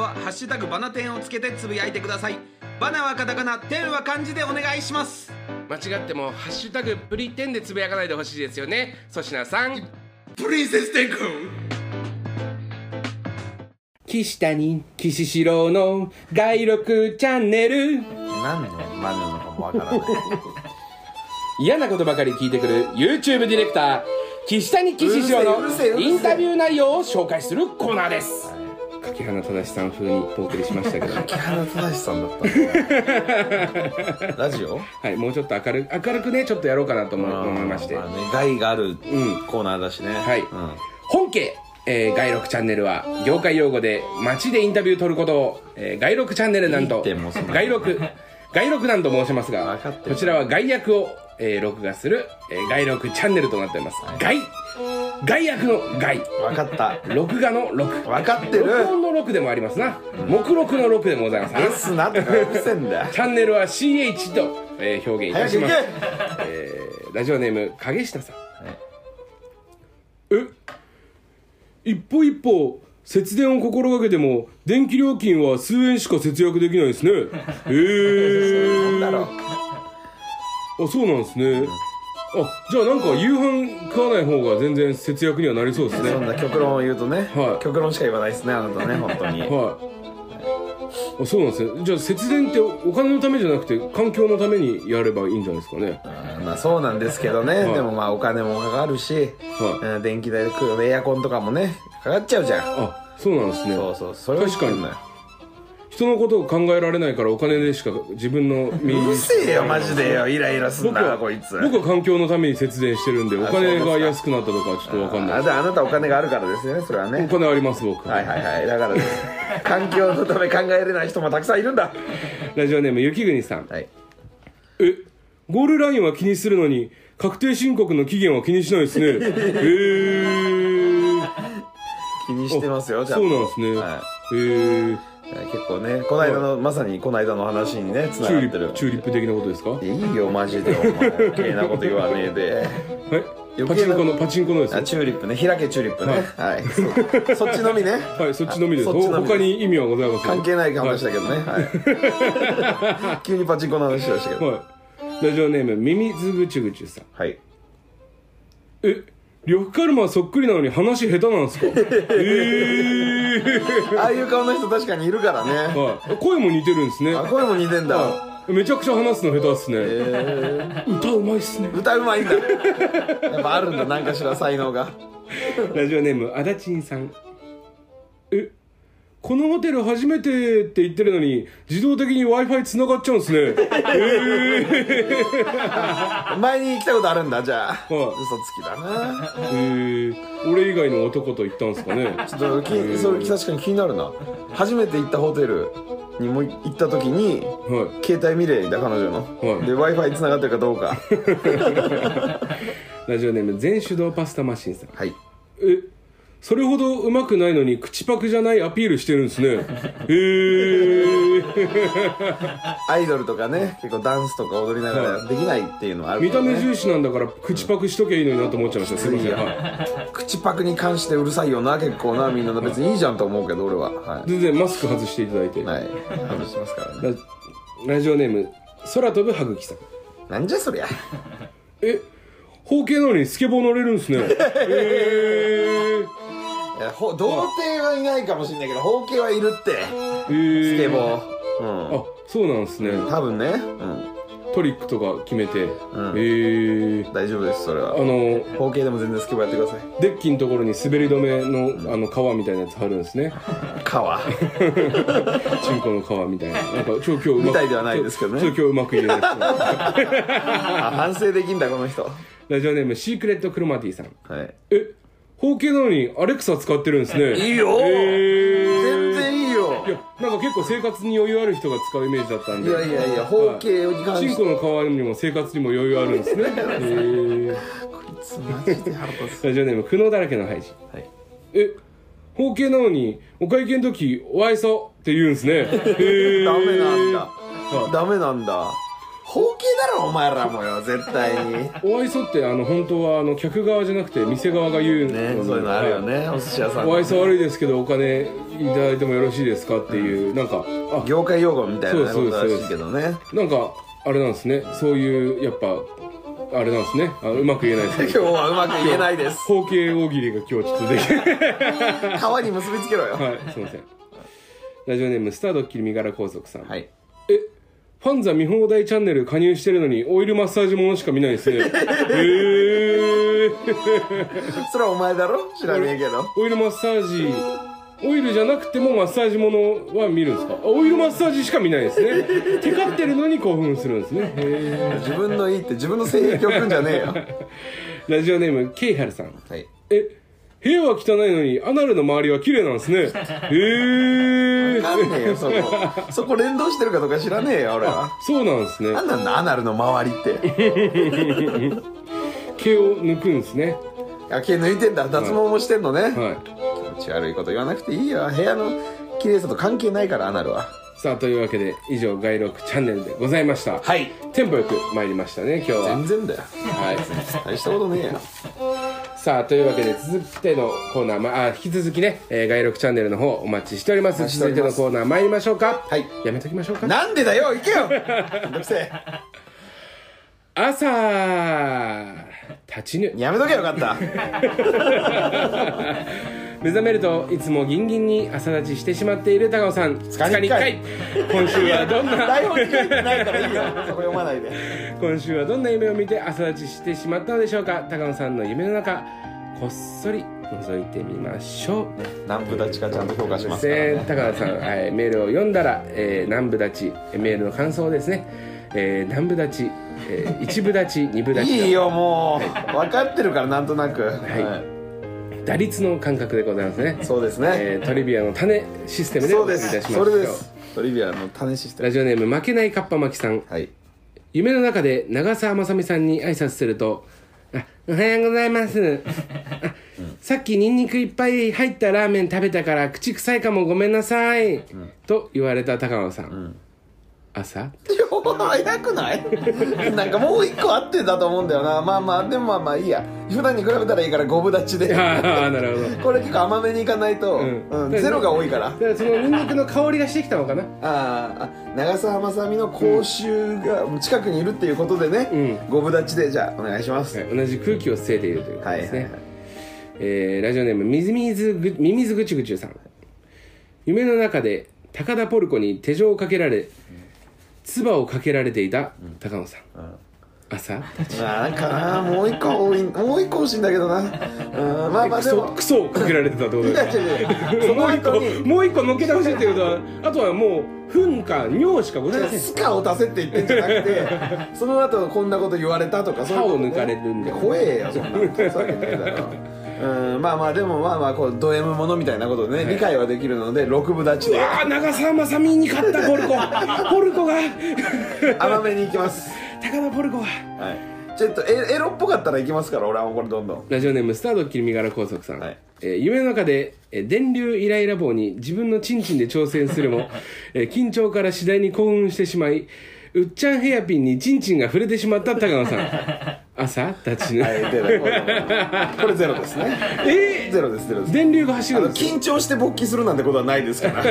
[SPEAKER 1] はハッシュタグバナテンをつけてつぶやいてください。バナはカタカナ、テンは漢字でお願いします。
[SPEAKER 2] 間違ってもハッシュタグプリテンでつぶやかないでほしいですよね、粗品さん。
[SPEAKER 1] プリンセステン君、
[SPEAKER 2] 岸谷岸四郎の外録チャンネル。
[SPEAKER 1] 何の真似なのかもわからない
[SPEAKER 2] 嫌なことばかり聞いてくる YouTube ディレクター岸谷岸四郎のインタビュー内容を紹介するコーナーです。柿花正さん風にお送りしましたけど
[SPEAKER 1] 柿花正さんだったのラジオ
[SPEAKER 2] はい、もうちょっと明る明るくねちょっとやろうかなと思いまして、
[SPEAKER 1] まあね、害があるコーナーだしね、うん、
[SPEAKER 2] はい、うん、本家えー、外録チャンネルは業界用語で街でインタビュー取ることを、えー、外録チャンネルなんと外録外録なんと申しますが、こちらは外役を、えー、録画する、えー、外録チャンネルとなっております。外外役の外、
[SPEAKER 1] 分かった。
[SPEAKER 2] 録画の録、
[SPEAKER 1] 分かってる。
[SPEAKER 2] 録音の録でもありますな、うん、目録の録でもございますな。
[SPEAKER 1] ですなってうるせえんだよ。
[SPEAKER 2] チャンネルは シーエイチ と、えー、表現いたします。えー、ラジオネーム影下さん、はい、え一歩一歩節電を心がけても電気料金は数円しか節約できないですね。えー、
[SPEAKER 1] そうだろう。
[SPEAKER 2] あ、そうなんですね。あ、じゃあなんか夕飯食わない方が全然節約にはなりそうですね。
[SPEAKER 1] そんな極論を言うとね、
[SPEAKER 2] はい、
[SPEAKER 1] 極論しか言わないですね、あなたね、本当に。はい。
[SPEAKER 2] あ、そうなんですね。じゃあ節電ってお金のためじゃなくて環境のためにやればいいんじゃないですかね。
[SPEAKER 1] あ、まあそうなんですけどね、はい、でもまあお金もかかるし、はい、電気代で食うエアコンとかもねかかっちゃうじゃん。
[SPEAKER 2] あ、そうなんですね。
[SPEAKER 1] そうそう、それは
[SPEAKER 2] 確かに人のことを考えられないからお金でしか自分の身に。
[SPEAKER 1] うるせえよマジでよ、イライラすんなこいつ。
[SPEAKER 2] 僕は環境のために節電してるんで、お金が安くなったとかはちょっと分かんない。
[SPEAKER 1] あ、じゃああなたお金があるからですよね、それはね。
[SPEAKER 2] お金あります僕。
[SPEAKER 1] はいはいはい、だからです環境のため考えれない人もたくさんいるんだ。
[SPEAKER 2] ラジオネーム雪国さん、
[SPEAKER 1] はい、
[SPEAKER 2] え、ゴールラインは気にするのに確定申告の期限は気にしないですね。えー、
[SPEAKER 1] 気にしてますよ、
[SPEAKER 2] ちゃんと。そうなんですね、はい、えー、
[SPEAKER 1] 結構ね、この間の、はい、まさにこの間の話にね繋がってる。
[SPEAKER 2] チューリップ的なことですか。
[SPEAKER 1] いいよマジで、お前余計なこと言わねえで。
[SPEAKER 2] はい、パチンコのパチンコのです。
[SPEAKER 1] あ、チューリップね、開けチューリップね、はい、はい、そ, そっちのみね。
[SPEAKER 2] はい、そっちのみです。他に意味はございません。
[SPEAKER 1] 関係ない話だけどね、はい、急にパチンコの話しましたけど、はい、
[SPEAKER 2] ラジオネームミミズグチュグチュさん、
[SPEAKER 1] はい、
[SPEAKER 2] え、呂布カルマそっくりなのに話下手なんですか。えー、
[SPEAKER 1] ああいう顔の人確かにいるからね、
[SPEAKER 2] はい、声も似てるんですね。
[SPEAKER 1] あ、声も似てんだ、
[SPEAKER 2] はい、めちゃくちゃ話すの下手っすね。えー、歌うまいっすね。
[SPEAKER 1] 歌うまいんだやっぱあるんだ、何かしら才能が。
[SPEAKER 2] ラジオネームあだちんさん、え、このホテル初めてって言ってるのに自動的に Wi-Fi 繋がっちゃうんすね。え
[SPEAKER 1] ー、前に来たことあるんだ、じゃあ、はい、嘘つきだな。
[SPEAKER 2] えー、俺以外の男と行ったんすかね。
[SPEAKER 1] ちょっとき、えー、それ確かに気になるな。初めて行ったホテルにも行った時に、はい、携帯見れだ、彼女の、はい、で Wi-Fi 繋がってるかどうか。
[SPEAKER 2] ラジオネーム全手動パスタマシンさん、
[SPEAKER 1] はい、
[SPEAKER 2] え、それほどうまくないのに口パクじゃないアピールしてるんですね。へー。
[SPEAKER 1] アイドルとかね、結構ダンスとか踊りながらできないっていうのはあるからね。
[SPEAKER 2] 見た目重視なんだから口パクしときゃいいのになと思っちゃいました。すいません、はい、
[SPEAKER 1] 口パクに関してうるさいよな、結構な、みんな。別にいいじゃんと思うけど俺は、はい、
[SPEAKER 2] 全然マスク外していただいて。
[SPEAKER 1] はい、外してますからね。
[SPEAKER 2] ラ, ラジオネーム空飛ぶはぐきさん、
[SPEAKER 1] なんじゃそりゃ。
[SPEAKER 2] え、包茎なのにスケボー乗れるんですね。えー、
[SPEAKER 1] いや、ほ童貞はいないかもしれないけど包茎はいるって、えー、スケボー、うん、
[SPEAKER 2] あ、そうなんですね、
[SPEAKER 1] 多分ね、うん、
[SPEAKER 2] トリックとか決めて、うん、
[SPEAKER 1] えー、大丈夫です、それは。あの包茎でも全然スケボーやってください。
[SPEAKER 2] デッキのところに滑り止めのあの皮みたいなやつ貼るんですね。
[SPEAKER 1] 皮
[SPEAKER 2] チンコの皮みたいな、なんか超今日うまく
[SPEAKER 1] みたいではないですけどね、
[SPEAKER 2] ちょっと今日うまく入れないです、ね、
[SPEAKER 1] あ、反省できんだこの人。
[SPEAKER 2] ラジオネームシークレットクロマティさん、
[SPEAKER 1] はい、
[SPEAKER 2] え、包茎なのにアレクサ使ってるんですね。
[SPEAKER 1] いいよ、えー、全然いいよ。
[SPEAKER 2] いや、なんか結構生活に余裕ある人が使うイメージだったんで。
[SPEAKER 1] いやいやいや、包茎に関して
[SPEAKER 2] チンコの皮にも生活にも余裕あるんですね。えー、
[SPEAKER 1] こいつマジで腹立つ。
[SPEAKER 2] ラジオネーム苦悩だらけのハイジ、はい、え、包茎なのにお会計の時お愛想って言うんですね。
[SPEAKER 1] ダメなんだ、ダメなんだ。 包茎だろお前らもよ絶対に。
[SPEAKER 2] お愛想ってあの本当はあの客側じゃなくて店側が言うの
[SPEAKER 1] ね、そういうのあるよね、お寿司屋さん。
[SPEAKER 2] お愛想悪いですけどお金いただいてもよろしいですかっていう、うん、なんか
[SPEAKER 1] あ業界用語みたいなことらしいけどね。
[SPEAKER 2] なんかあれなんですね、そういうやっぱあれなんですね、あうまく言えないですけど
[SPEAKER 1] 今日はうまく言えないです。
[SPEAKER 2] 包茎大喜利が今日ちょっとできる
[SPEAKER 1] 皮に結びつけろよ。
[SPEAKER 2] はいすいません。ラジオネームスタードッキリ身柄拘束さん、
[SPEAKER 1] はい、
[SPEAKER 2] えファンザ見放題チャンネル加入してるのにオイルマッサージものしか見ないですね。えー、
[SPEAKER 1] それはお前だろ、知らねえけど。
[SPEAKER 2] オイルマッサージオイルじゃなくてもマッサージものは見るんですか。オイルマッサージしか見ないですね。テカってるのに興奮するんですね。へ
[SPEAKER 1] 自分のいいって自分の性癖をくんじゃねえよ。
[SPEAKER 2] ラジオネームケイハルさん、
[SPEAKER 1] はい、
[SPEAKER 2] え部屋は汚いのにアナルの周りは綺麗なんですね。へえ。
[SPEAKER 1] 分かんねえよそこ。そこ連動してるかとか知らねえよ俺は。
[SPEAKER 2] そうなんですね。
[SPEAKER 1] なんなんだアナルの周りって。
[SPEAKER 2] 毛を抜くんですね。
[SPEAKER 1] あ毛抜いてんだ、脱毛もしてんのね。はい、
[SPEAKER 2] はい、
[SPEAKER 1] 気持ち悪いこと言わなくていいよ。部屋の綺麗さと関係ないからアナルは。
[SPEAKER 2] さあというわけで以上街録チャンネルでございました。
[SPEAKER 1] はい、
[SPEAKER 2] テンポよく参りましたね今日は。
[SPEAKER 1] 全然だよ。
[SPEAKER 2] はい
[SPEAKER 1] 大したことねえよ。
[SPEAKER 2] さあというわけで続いてのコーナー、まあ、引き続きね、えー、街録チャンネルの方お待ちしております。続いてのコーナー参りましょうか。
[SPEAKER 1] はい、
[SPEAKER 2] やめときましょうか。
[SPEAKER 1] なんでだよ、行けよ。めんどくせえ。
[SPEAKER 2] 朝立ちぬ。
[SPEAKER 1] やめとけよかった。
[SPEAKER 2] 目覚めるといつもギンギンに朝立ちしてしまっている高尾さん、
[SPEAKER 1] つかにいっかい
[SPEAKER 2] 今週はどんな
[SPEAKER 1] 台本に書いてないからいいよ、そこ読まないで。
[SPEAKER 2] 今週はどんな夢を見て朝立ちしてしまったのでしょうか。高野さんの夢の中こっそり覗いてみましょう。
[SPEAKER 1] 南部立ちかちゃんと評価しますからね。
[SPEAKER 2] 高野さん、はい、メールを読んだら、えー、南部立ちメールの感想ですね、えー、南部立ち、えー、一部立ち二部立ち
[SPEAKER 1] いいよもう、はい、分かってるからなんとなく、はい、
[SPEAKER 2] はい、打率の感覚でございますね。
[SPEAKER 1] そうですね、
[SPEAKER 2] えー、トリビアの種システムでお送りいたしましょう。
[SPEAKER 1] それです、トリビアの種システム。
[SPEAKER 2] ラジオネーム負けないかっぱ巻さん、
[SPEAKER 1] はい、
[SPEAKER 2] 夢の中で長澤まさみさんに挨拶すると、あ、おはようございます、うん、さっきニンニクいっぱい入ったラーメン食べたから口臭いかもごめんなさい、うん、と言われた高野さん、うん、朝
[SPEAKER 1] 早くない？なんかもう一個あってだと思うんだよな。まあまあでもまあまあいいや、普段に比べたらいいから五分立ちで。
[SPEAKER 2] ああなるほど。
[SPEAKER 1] これ結構甘めにいかないと、うんうん、ゼロが多いから。だ
[SPEAKER 2] からそのニンニクの香りがしてきたのかな。
[SPEAKER 1] ああ、長澤まさみの口臭が近くにいるっていうことでね、うん、五分立ちでじゃあお願いします、
[SPEAKER 2] はい、同じ空気を吸えているということですね。はいはいはい、えー、ラジオネームみずみずぐみみずぐちぐちゅさん、夢の中で高田ポルコに手錠をかけられ、唾をかけられていた高野さん、うんうん、朝
[SPEAKER 1] なんかな、もう一個多い、もう一個欲しいんだけどな、うん、まあまあでも
[SPEAKER 2] クソをかけられてたってことですか。もう一個もう一個乗っけてほしいっていうことは、あとはもう糞か尿しかございません。
[SPEAKER 1] スカを出せって言ってんじゃなくてその後こんなこと言われたとか、
[SPEAKER 2] 歯を抜かれるんで
[SPEAKER 1] 怖えよそんなそういうわけねえだろ。うん、まあまあでもまあまあこうド M ものみたいなことでね、はい、理解はできるので六分立ちで。
[SPEAKER 2] うわー、長澤まさみに勝ったポルコポルコが
[SPEAKER 1] 甘めにいきます。
[SPEAKER 2] 高田ポルコは、
[SPEAKER 1] はい、ちょっとエロっぽかったらいきますから、俺はもうこれどんどん。
[SPEAKER 2] ラジオネームスタードッキリ身柄拘束さん、はい、えー、夢の中で、えー、電流イライラ棒に自分のチンチンで挑戦するも、えー、緊張から次第に興奮してしまい、うっちゃんヘアピンにチンチンが触れてしまった高野さん朝立ちぬ、はい、
[SPEAKER 1] 出ないこれこれゼロですね。
[SPEAKER 2] えー、
[SPEAKER 1] ゼロですゼロです。
[SPEAKER 2] 電流が走るんです。
[SPEAKER 1] 緊張して勃起するなんてことはないですから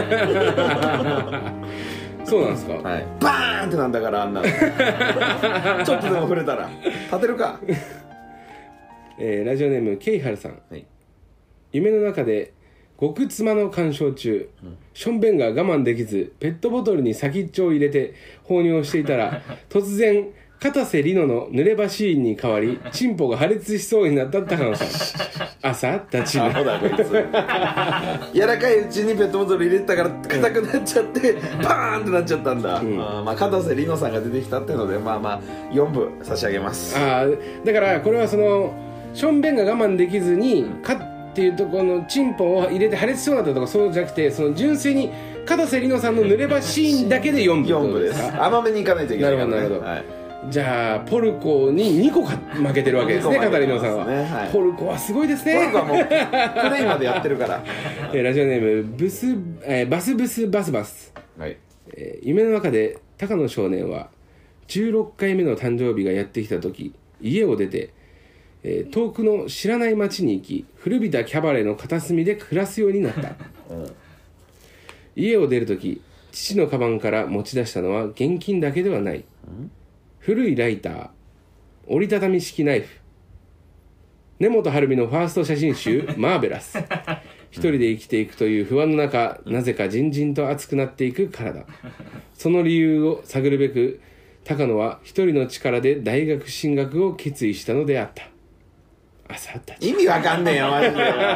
[SPEAKER 2] そうなんですか、
[SPEAKER 1] はい、バーンってなんだからあんなのちょっとでも触れたら立てるか
[SPEAKER 2] えー、ラジオネームケイハルさん、
[SPEAKER 1] はい、
[SPEAKER 2] 夢の中で極妻の鑑賞中、うん、ションベンが我慢できずペットボトルに先っちょを入れて放尿していたら突然片瀬里乃の濡れ場シーンに変わりチンポが破裂しそうになった高野さん朝立ちぬ。
[SPEAKER 1] そうだこいつ柔らかいうちにペットボトル入れてたから硬くなっちゃってパーンってなっちゃったんだ、うん、あまあ片瀬里乃さんが出てきたっていうのでまあまあよんぶ差し上げます。
[SPEAKER 2] あだからこれはそのションベンが我慢できずにカッっていうところのチンポを入れて破裂しそうになったとかそうじゃなくて、その純粋に片瀬里乃さんの濡れ場シーンだけでよんぶ
[SPEAKER 1] よんぶです。甘めにいかないといけないからね。
[SPEAKER 2] なるほどなるほど、はい、じゃあポルコににこか負けてるわけですね片里乃さんは、ね、はい、ポルコはすごいですね。
[SPEAKER 1] ポルコはもうプレイまでやってるから
[SPEAKER 2] えラジオネームブス、えー、バスブスバスバス、
[SPEAKER 1] はい、
[SPEAKER 2] えー、夢の中で高野少年はじゅうろっかいめの誕生日がやってきた時、家を出て、えー、遠くの知らない町に行き、古びたキャバレーの片隅で暮らすようになった、うん、家を出る時、父のカバンから持ち出したのは現金だけではない、うん、古いライター、折りたたみ式ナイフ、根本晴美のファースト写真集マーベラス。一人で生きていくという不安の中、なぜかじんじんと熱くなっていく体。その理由を探るべく、高野は一人の力で大学進学を決意したのであった。朝たち。
[SPEAKER 1] 意味わかんねえよマジで。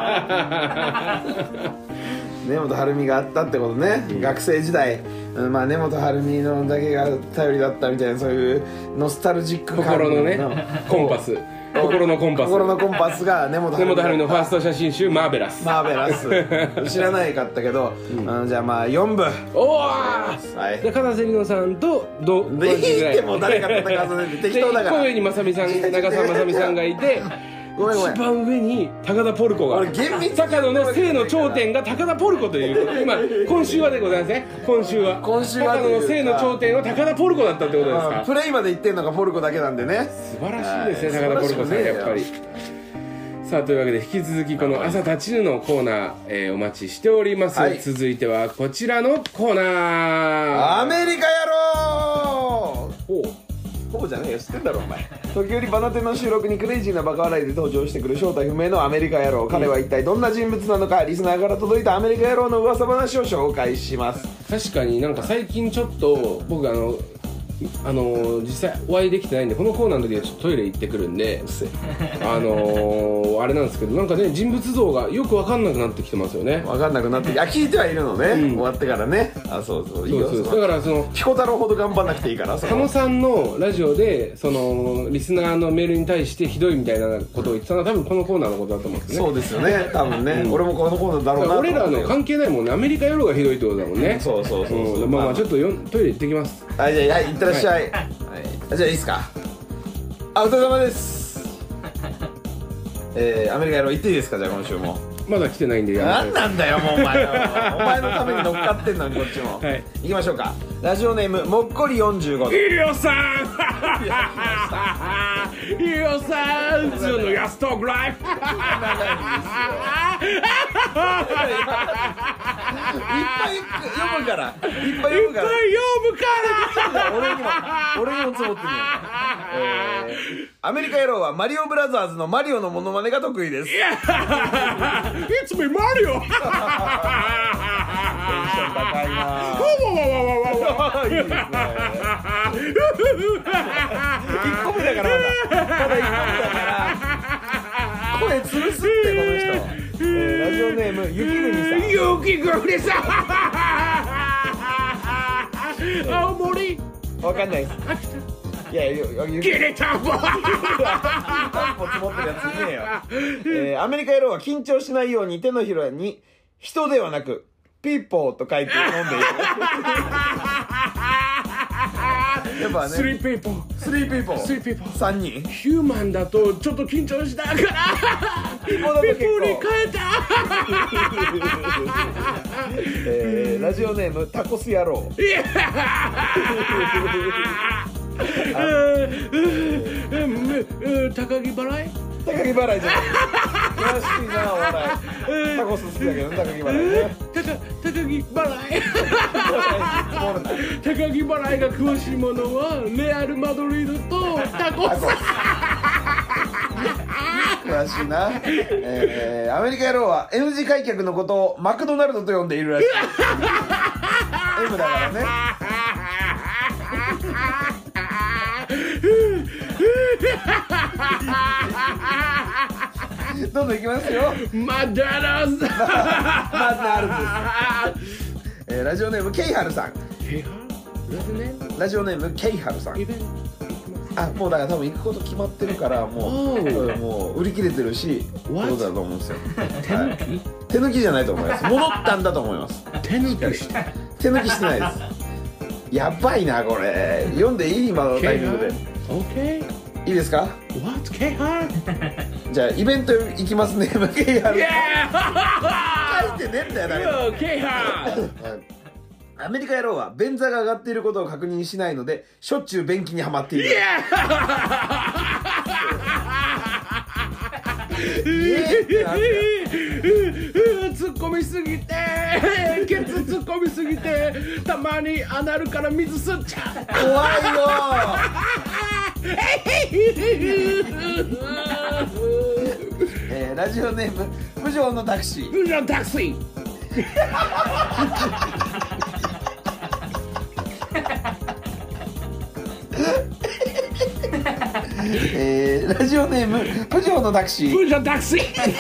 [SPEAKER 1] 根本晴美があったってことね、うん、学生時代、まあ、根本晴美のだけが頼りだったみたいな、そういうノスタルジック
[SPEAKER 2] 心のねコンパス、心のコンパス、
[SPEAKER 1] 心のコンパスが根本
[SPEAKER 2] 晴美のファースト写真集マーベラス。
[SPEAKER 1] マーベラス知らないかったけど、うん、あのじゃあまあよんぶ。
[SPEAKER 2] おお、はい、で片瀬里乃さんと同
[SPEAKER 1] 時ぐらいでいいって、もう誰かと重ねて適当だから。
[SPEAKER 2] 上に正美さん、長澤まさみさんがいて
[SPEAKER 1] ごめんごめん、
[SPEAKER 2] 一番上に高田ポルコが、
[SPEAKER 1] 俺厳密
[SPEAKER 2] 高野の性の頂点が高田ポルコという今今週はでございますね。今週は
[SPEAKER 1] 今週は
[SPEAKER 2] 高野の性の頂点は高田ポルコだったってことですか。
[SPEAKER 1] プレイまで言ってんのがポルコだけなんでね。
[SPEAKER 2] 素晴らしいですね、高田ポルコさん、やっぱり。さあというわけで引き続きこの朝立ちぬのコーナー、えー、お待ちしております、はい、続いてはこちらのコーナー、
[SPEAKER 1] アメリカ野郎。ほうほうじゃねえよ、知ってんだろお前。時折バナテの収録にクレイジーなバカ笑いで登場してくる正体不明のアメリカ野郎、彼は一体どんな人物なのか、リスナーから届いたアメリカ野郎の噂話を紹介します。
[SPEAKER 2] 確かになんか最近ちょっと僕あのあの実際お会いできてないんで、このコーナーの時はちょっとトイレ行ってくるんであのー、あれなんですけど、なんかね人物像がよく分かんなくなってきてますよね。
[SPEAKER 1] 分かんなくなってき、あ、聞いてはいるのね、うん、終わってからね。あ、そうそう、いいよ。そうそう、
[SPEAKER 2] だからその
[SPEAKER 1] 彦太郎ほど頑張んなくていいから。
[SPEAKER 2] 佐野さんのラジオでそのリスナーのメールに対してひどいみたいなことを言ってたのは多分このコーナーのことだと思うんですね。
[SPEAKER 1] そうですよね、多分ね、うん、俺もこのコーナーだろうなと。
[SPEAKER 2] 俺らの関係ないもんね、アメリカ野郎がひどいってことだもんね。
[SPEAKER 1] そうそうそうそう、
[SPEAKER 2] うん、まあまあちょっとよトイレ行ってきます。
[SPEAKER 1] はい、じゃあ、はい、いってらっしゃい、はいはい、じゃあいいっすか。あ、お疲れ様です。えー、アメリカ野郎行っていいですか。じゃあ今週も
[SPEAKER 2] まだ来てないんで。
[SPEAKER 1] なんなんだよもうお前お前のために乗っかってんのにこっちも、はい、行きましょうか。ラジオネームもっこりよんじゅうごど。
[SPEAKER 2] いいよさんいいよさん、ズーのヤストークライフいっ
[SPEAKER 1] ぱい読むから、いっぱい読むから、いっぱい読むから俺にも俺にも積もってんねん、えー、アメリカ野郎はマリオブラザーズのマリオのモノマネが得意です。
[SPEAKER 2] It's me, Mario テンション
[SPEAKER 1] 高いな。いいですね。いっこめだからまだまだいっこめだから声潰すってこの人。えー、ラジオネーム雪国さん。
[SPEAKER 2] 雪国さん青森
[SPEAKER 1] わかんないです。いやいや、
[SPEAKER 2] 切れたぼ
[SPEAKER 1] タンポ積もってるやついねえよ。えー、アメリカ野郎は緊張しないように手のひらに人ではなくピーポーと書いて飲んでいる。やっぱね、
[SPEAKER 2] スリーピーポー
[SPEAKER 1] スリーピーポー
[SPEAKER 2] スリーピーポー
[SPEAKER 1] さんにん。
[SPEAKER 2] ヒューマンだとちょっと緊張したからピーポーに変えた。
[SPEAKER 1] えー、ラジオネームタコス野郎。いや
[SPEAKER 2] 高木払い
[SPEAKER 1] 高木払いじゃない。詳しいなお笑い。タコス好きだけどね、高木払いね。
[SPEAKER 2] 高木払い高木払いが詳しいものはレアル・マドリードとタコス。
[SPEAKER 1] 詳しいな。えー、アメリカ野郎は エム 字開脚のことをマクドナルドと呼んでいるらしい。M だからね。どんどんいきますよ。
[SPEAKER 2] マダラズマ
[SPEAKER 1] ダルズ、えー、ラジオネームケイハルさん。
[SPEAKER 2] ケイハ
[SPEAKER 1] ルラジオネームケイハルさん。あ、もうだから多分行くこと決まってるからもう、もう売り切れてるし、そうだと思うんですよ。
[SPEAKER 2] 手抜き、
[SPEAKER 1] 手抜きじゃないと思います。戻ったんだと思います。
[SPEAKER 2] 手抜きして
[SPEAKER 1] 手抜きしてないです。やばいなこれ。読んでいい今のタイミングで。
[SPEAKER 2] オッケー。い
[SPEAKER 1] いですか。
[SPEAKER 2] What? ケイハ
[SPEAKER 1] ルじゃあイベント行きますね。ケイハル書いてねえんだよだけど。
[SPEAKER 2] ケイハル
[SPEAKER 1] アメリカ野郎は便座が上がっていることを確認しないのでしょっちゅう便器にはまっている。
[SPEAKER 2] 突っ込みすぎてケツ突っ込みすぎてたまにアナルから水吸っちゃう。
[SPEAKER 1] 怖いよえー、ラジオネームプジョーのタクシー。
[SPEAKER 2] プジョーのタクシー
[SPEAKER 1] えー、ラジオネームプジョーのタクシー。
[SPEAKER 2] プジョータクシー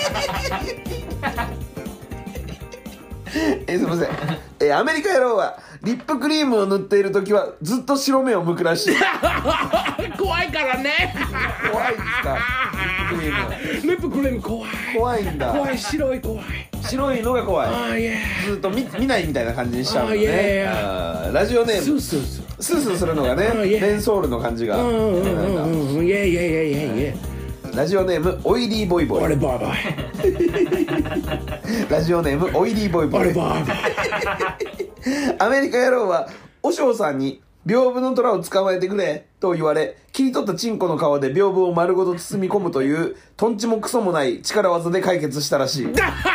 [SPEAKER 1] えー、すいません、えー、アメリカ野郎はリップクリームを塗っている時はずっと白目を向くらしい。
[SPEAKER 2] 怖いからね。
[SPEAKER 1] 怖いですか。リップクリーム
[SPEAKER 2] リップクリーム怖い。
[SPEAKER 1] 怖いんだ。
[SPEAKER 2] 怖い。白い怖い。
[SPEAKER 1] 白いのが怖い。
[SPEAKER 2] あー、いや
[SPEAKER 1] ずっと 見, 見ないみたいな感じにしちゃうんだね。
[SPEAKER 2] あー、いやいや
[SPEAKER 1] あー、ラジオネーム
[SPEAKER 2] スースースー
[SPEAKER 1] スースーするのがね、メンソールの感じが。
[SPEAKER 2] うんうんうんうん。いやいやいやいやいや。
[SPEAKER 1] ラジオネームオイリーボイボイ。
[SPEAKER 2] 俺バーバイ。
[SPEAKER 1] ラジオネームオイリーボイボイ。
[SPEAKER 2] 俺バーバイ。
[SPEAKER 1] アメリカ野郎は和尚さんに屏風の虎を捕まえてくれと言われ、切り取ったチンコの皮で屏風を丸ごと包み込むというトンチもクソもない力技で解決したらしい。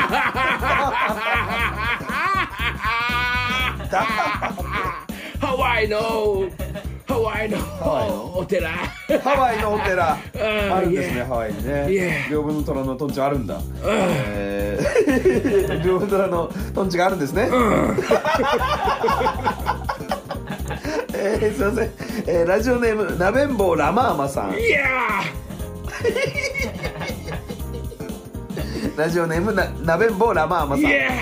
[SPEAKER 2] ハワイのハワイのお寺。
[SPEAKER 1] ハワイのお寺あるんですね。ハワイにね、屏風の虎のトンチあるんだ。えー、屏風虎のトンチがあるんですね。えー、すいません、えー、ラジオネームなべんぼうラマーマさん。
[SPEAKER 2] いや
[SPEAKER 1] ラジオネーム な, なべんぼうラマーマさん。いや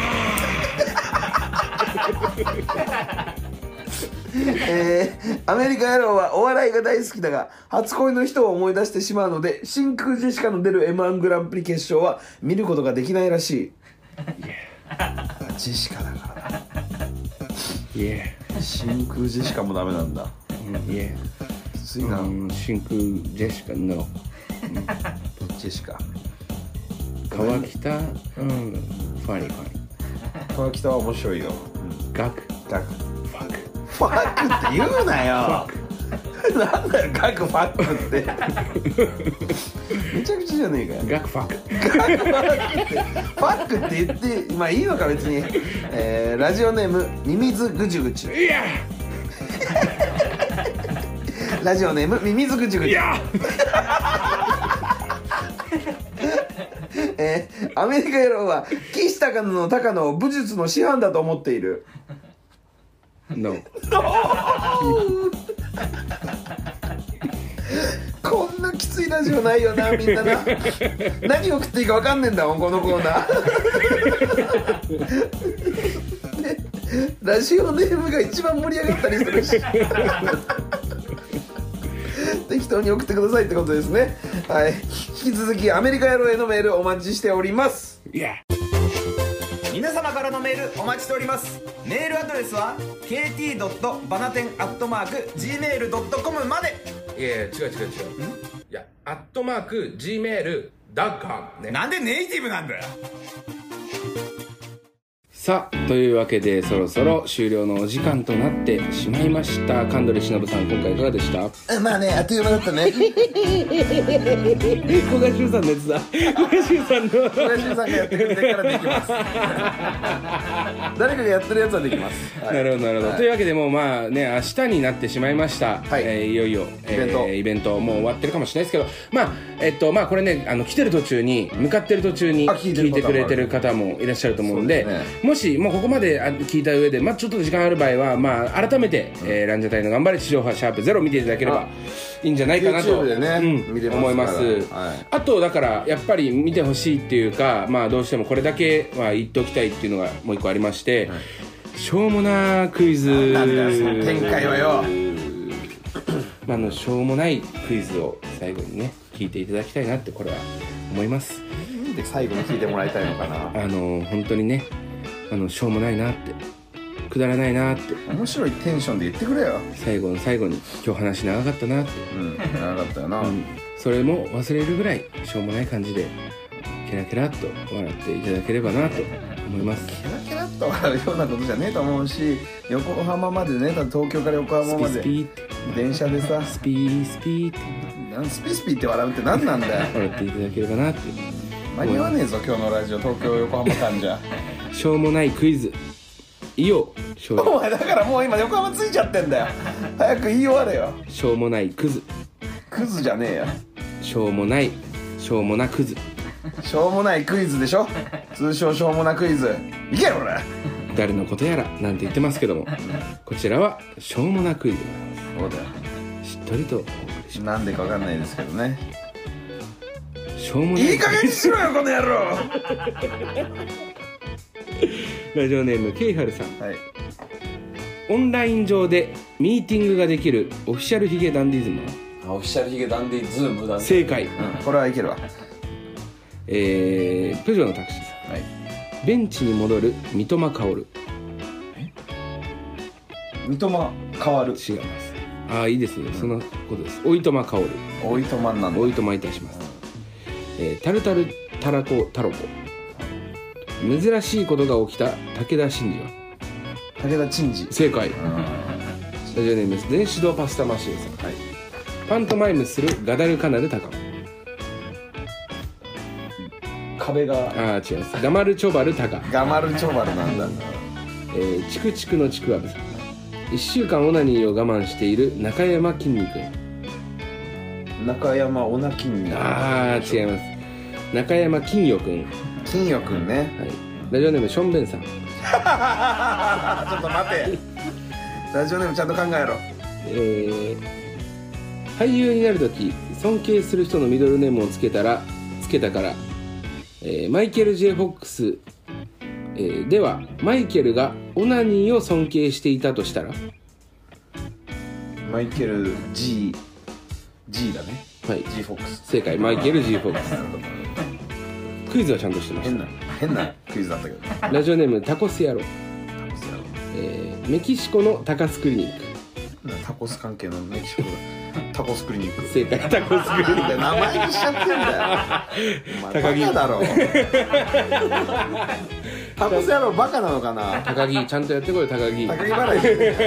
[SPEAKER 1] えー、アメリカ野郎はお笑いが大好きだが初恋の人を思い出してしまうので真空ジェシカの出る エムワン グランプリ決勝は見ることができないらしい。ジェシカだからな。
[SPEAKER 2] いや
[SPEAKER 1] 真空ジェシカもダメなんだ。
[SPEAKER 2] いや
[SPEAKER 1] きついな。
[SPEAKER 2] 真空ジェシカの
[SPEAKER 1] ジェシカ
[SPEAKER 2] 川北、うん、ファニーファニー。
[SPEAKER 1] 川北は面白いよ。
[SPEAKER 2] ガク
[SPEAKER 1] ガク
[SPEAKER 2] ファク
[SPEAKER 1] ファックって言うなよ。なんだよガクファックってめちゃくちゃじゃねえかよ。
[SPEAKER 2] ガクファク
[SPEAKER 1] ガクファックってファックって言ってまあいいのか別に。えー、ラジオネームミミズぐちゅぐちゅ。
[SPEAKER 2] いや
[SPEAKER 1] ラジオネームミミズぐちゅぐちゅ。
[SPEAKER 2] いや
[SPEAKER 1] えー、アメリカ野郎は岸高野の高野を武術の師範だと思っている。
[SPEAKER 2] No
[SPEAKER 1] こんなきついラジオないよなみんなな。何を食っていいか分かんねえんだもんこのコーナー、ね、ラジオネームが一番盛り上がったりするし適当に送ってくださいってことですね。はい、引き続きアメリカ野郎へのメールお待ちしております。
[SPEAKER 2] いや
[SPEAKER 1] 皆様からのメールお待ちしております。メールアドレスは ケーティードットバナテンアットマークジーメールドットコム まで。
[SPEAKER 2] いや違う違う違う。いやアットマーク ジーメールドットコム ね。
[SPEAKER 1] なんでネイティブなんだよ。
[SPEAKER 2] さあというわけでそろそろ終了のお時間となってしまいました。神取忍さん今回いかがでした？
[SPEAKER 1] まあねあっという間だったね。
[SPEAKER 2] 古賀修さんのやつだ。古賀修さんの
[SPEAKER 1] 古賀修さんがやってくれてからできます。誰かがやってるやつはできます、はい、
[SPEAKER 2] なるほどなるほど、はい、というわけでもうまあね明日になってしまいました、はいえー、いよいよイベント、えー、イベントもう終わってるかもしれないですけどまあえっとまあこれねあの来てる途中に向かってる途中に聞いてくれてる方もいらっしゃると思うんで、ね、もしもうここまで聞いた上でまあちょっと時間ある場合はまあ改めて、うんえー、ランジャタイの頑張れ地上波シャープゼロ見ていただければいいんじゃないかなと、
[SPEAKER 1] YouTube でね、うん、見れます
[SPEAKER 2] 思います、はい、あとだからやっぱり見てほしいっていうかまあどうしてもこれだけは言っておきたいっていうのがもう一個ありまして、はい、しょうもなクイズ
[SPEAKER 1] なんだよその展開はよ
[SPEAKER 2] まあのしょうもないクイズを最後にね聞いていただきたいなってこれは思います。
[SPEAKER 1] で最後に聞いてもらいたいのかな。
[SPEAKER 2] あの本当にねあのしょうもないなってくだらないなって
[SPEAKER 1] 面白いテンションで言ってくれよ。
[SPEAKER 2] 最後の最後に今日話長かったなって
[SPEAKER 1] うん長かったよな、うん、
[SPEAKER 2] それも忘れるぐらいしょうもない感じでケラケラっと笑っていただければなと思います。
[SPEAKER 1] ケラケラっと笑うようなことじゃねえと思うし、横浜までね、東京から横浜まで
[SPEAKER 2] スピスピ
[SPEAKER 1] 電車でさ、
[SPEAKER 2] スピースピーって
[SPEAKER 1] スピスピって笑うって何なんだよ。
[SPEAKER 2] 笑っていただければなって。
[SPEAKER 1] 間に合わねえぞ今日のラジオ、東京横浜間じゃ。
[SPEAKER 2] しょうもないクイズいよしょう
[SPEAKER 1] お前だからもう今横浜ついちゃってんだよ。早く言い終われよ。
[SPEAKER 2] しょうもないクズ
[SPEAKER 1] クズじゃねえよ。
[SPEAKER 2] しょうもないしょうもなクズ
[SPEAKER 1] しょうもないクイズでしょ。通称しょうもなクイズ。いけよこれ。
[SPEAKER 2] 誰のことやらなんて言ってますけども、こちらはしょうもなクイズで
[SPEAKER 1] そうだよ。
[SPEAKER 2] しっとりとお送りしま
[SPEAKER 1] なんでかわかんないですけどね。
[SPEAKER 2] す。しょうもない
[SPEAKER 1] いい加減にしろよこの野郎。
[SPEAKER 2] ラジオネームケイハルさん、
[SPEAKER 1] はい。
[SPEAKER 2] オンライン上でミーティングができるオフィシャルヒゲダンディズムは
[SPEAKER 1] オフィシャルヒゲダンディズームだ。
[SPEAKER 2] 正解、
[SPEAKER 1] うん、これはいけるわ。
[SPEAKER 2] えー、プジョーのタクシーさん、
[SPEAKER 1] はい。
[SPEAKER 2] ベンチに戻る三笘薫。
[SPEAKER 1] 三笘変わる。
[SPEAKER 2] 違います。ああいいですね、そのことです。おいとま薫。
[SPEAKER 1] おいとまんなんだ。
[SPEAKER 2] おいとまいたします、えー、タルタルタラコタロコ。珍しいことが起きた武田真治は
[SPEAKER 1] 武田真治。
[SPEAKER 2] 正解。
[SPEAKER 1] うん。
[SPEAKER 2] ラジオネーム電子ドパスタマシンさん、
[SPEAKER 1] はい。
[SPEAKER 2] パントマイムするガダルカナルタカ。
[SPEAKER 1] 壁が
[SPEAKER 2] ああ違います。ガマルチョバルタカ。
[SPEAKER 1] ガマルチョバルなんだ。
[SPEAKER 2] えー、チクチクのちくわぶさん。いっしゅうかんオナニーを我慢している中山きんに君。
[SPEAKER 1] 中山オナキンに。
[SPEAKER 2] ああ違います。中山金魚君。
[SPEAKER 1] 金魚くんね。
[SPEAKER 2] はい。ラジオネームションベンさん。
[SPEAKER 1] ちょっと待て。ラジオネームちゃんと考えろ。
[SPEAKER 2] えー、俳優になるとき尊敬する人のミドルネームをつけたらつけたから、えー、マイケル・ J ・フォックス、えー、ではマイケルがオナニーを尊敬していたとしたら。
[SPEAKER 1] マイケル G G だね。
[SPEAKER 2] はい、
[SPEAKER 1] G フォックス。
[SPEAKER 2] 正解。マイケル・ G ・フォックス。クイズはちゃんとしてまし
[SPEAKER 1] 変な変なクイズだったけど。
[SPEAKER 2] た。ラジオネームタコス野郎。えー、メキシコのタカスクリニック。
[SPEAKER 1] タコス関係のメキシコだ。タコスクリニック。
[SPEAKER 2] 正解。タコスクリニック。
[SPEAKER 1] 名前にしちゃってんだよ。お前バカだろ。タコス野郎バカなのかな。
[SPEAKER 2] 高木ちゃんとやってこい。高木
[SPEAKER 1] 高木払い。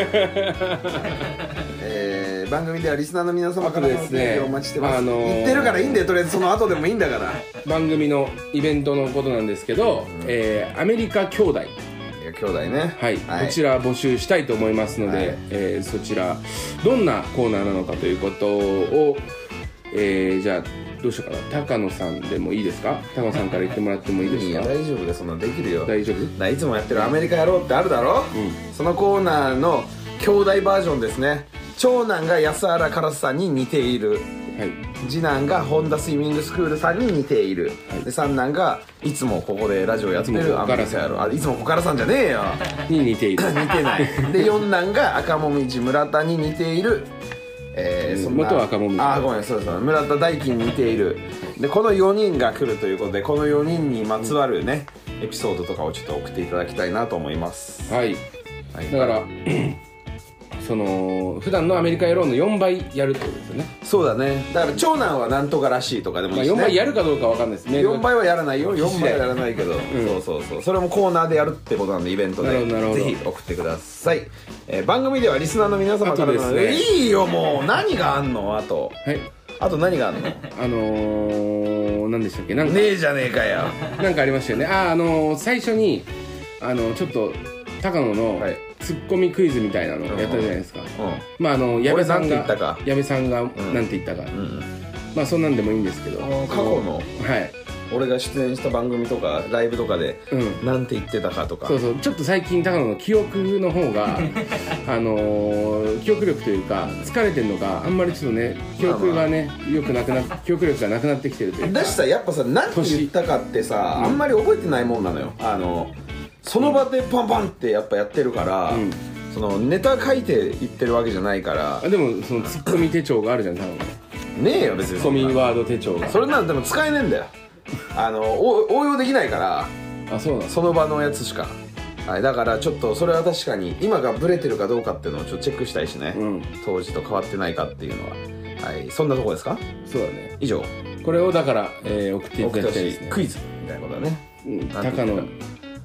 [SPEAKER 1] えー、番組ではリスナーの皆様からのお便りをお待ちしてます。
[SPEAKER 2] あのー、
[SPEAKER 1] 言ってるからいいんだよ。とりあえずその後でもいいんだから。
[SPEAKER 2] 番組のイベントのことなんですけど、うん、えー、アメリカ兄弟。
[SPEAKER 1] 兄弟ね、
[SPEAKER 2] はい、はい、こちら募集したいと思いますので、はい、えー、そちらどんなコーナーなのかということを、えー、じゃあどうしようかな。高野さんでもいいですか。高野さんから言ってもらってもいいですか。
[SPEAKER 1] いや大丈夫で、そんなできるよ。大
[SPEAKER 2] 丈夫
[SPEAKER 1] だ。いつもやってるアメリカやろうってあるだろ、うん、そのコーナーの兄弟バージョンですね。長男が安原カラスさんに似ている、はい、次男がホンダスイミングスクールさんに似ている、はい、で三男がいつもここでラジオやってるアメリカやろう。あ、いつもこからさんじゃねえよ
[SPEAKER 2] に似ている。
[SPEAKER 1] 似てない。で四男が赤もみじ村田に似ている、えー、そんな
[SPEAKER 2] 元赤もみじ。
[SPEAKER 1] あ、ごめん、そうそう、村田大輝に似ている。でこのよにんが来るということで、このよにんにまつわるね、エピソードとかをちょっと送っていただきたいなと思います。
[SPEAKER 2] はい、はい、だからその普段のアメリカ野郎のよんばいやるってことですよね。
[SPEAKER 1] そうだね。だから長男はなんとからしいとかでもいいし、ね、
[SPEAKER 2] まあ、よんばいやるかどうかわかんないですね。
[SPEAKER 1] よんばいはやらないよ。よんばいはやらないけど、うん、そうそうそう、それもコーナーでやるってことなんで、イベントでぜひ送ってください。えー、番組ではリスナーの皆様からの、ね、いいよもう。何があんのあと。はい、あと何があんの。
[SPEAKER 2] あのー、何でしたっけ。なんか
[SPEAKER 1] ねえじゃねえかよ。
[SPEAKER 2] なんかありましたよね。あ、あのー、最初にあのちょっと高野の、はい、ツッコミクイズみたいなのやったじゃないですか、うん、まああの矢部さんが矢部さんがなんて言ったか、うん、まあそんなんでもいいんですけど、
[SPEAKER 1] 過去の、はい、俺が出演した番組とかライブとかで、うん、なんて言ってたかとか、
[SPEAKER 2] そうそう、ちょっと最近高野の記憶の方があのー、記憶力というか疲れてるのか、あんまりちょっとね記憶がね、まあまあ、よくなくな記憶力がなくなってきてるというか。
[SPEAKER 1] だしさ、やっぱさ、なんて言ったかってさ、あんまり覚えてないもんなのよ。あのその場でパンパンってやっぱやってるから、うん、そのネタ書いて言ってるわけじゃないから。
[SPEAKER 2] あ、でもそのツッコミ手帳があるじゃん、多分。
[SPEAKER 1] ねえよ別に。
[SPEAKER 2] ツッコミワード手帳が。
[SPEAKER 1] それなんでも使えねえんだよ。あの応用できないから。
[SPEAKER 2] あ、そうなん。
[SPEAKER 1] その場のやつしか。はい、だからちょっとそれは確かに今がブレてるかどうかっていうのをちょっとチェックしたいしね、うん、当時と変わってないかっていうのは。はい、そんなとこですか。
[SPEAKER 2] そうだね。
[SPEAKER 1] 以上。
[SPEAKER 2] これをだから、えー、送っていただきたいですね。
[SPEAKER 1] クイズみたいなことだね。
[SPEAKER 2] うん、高野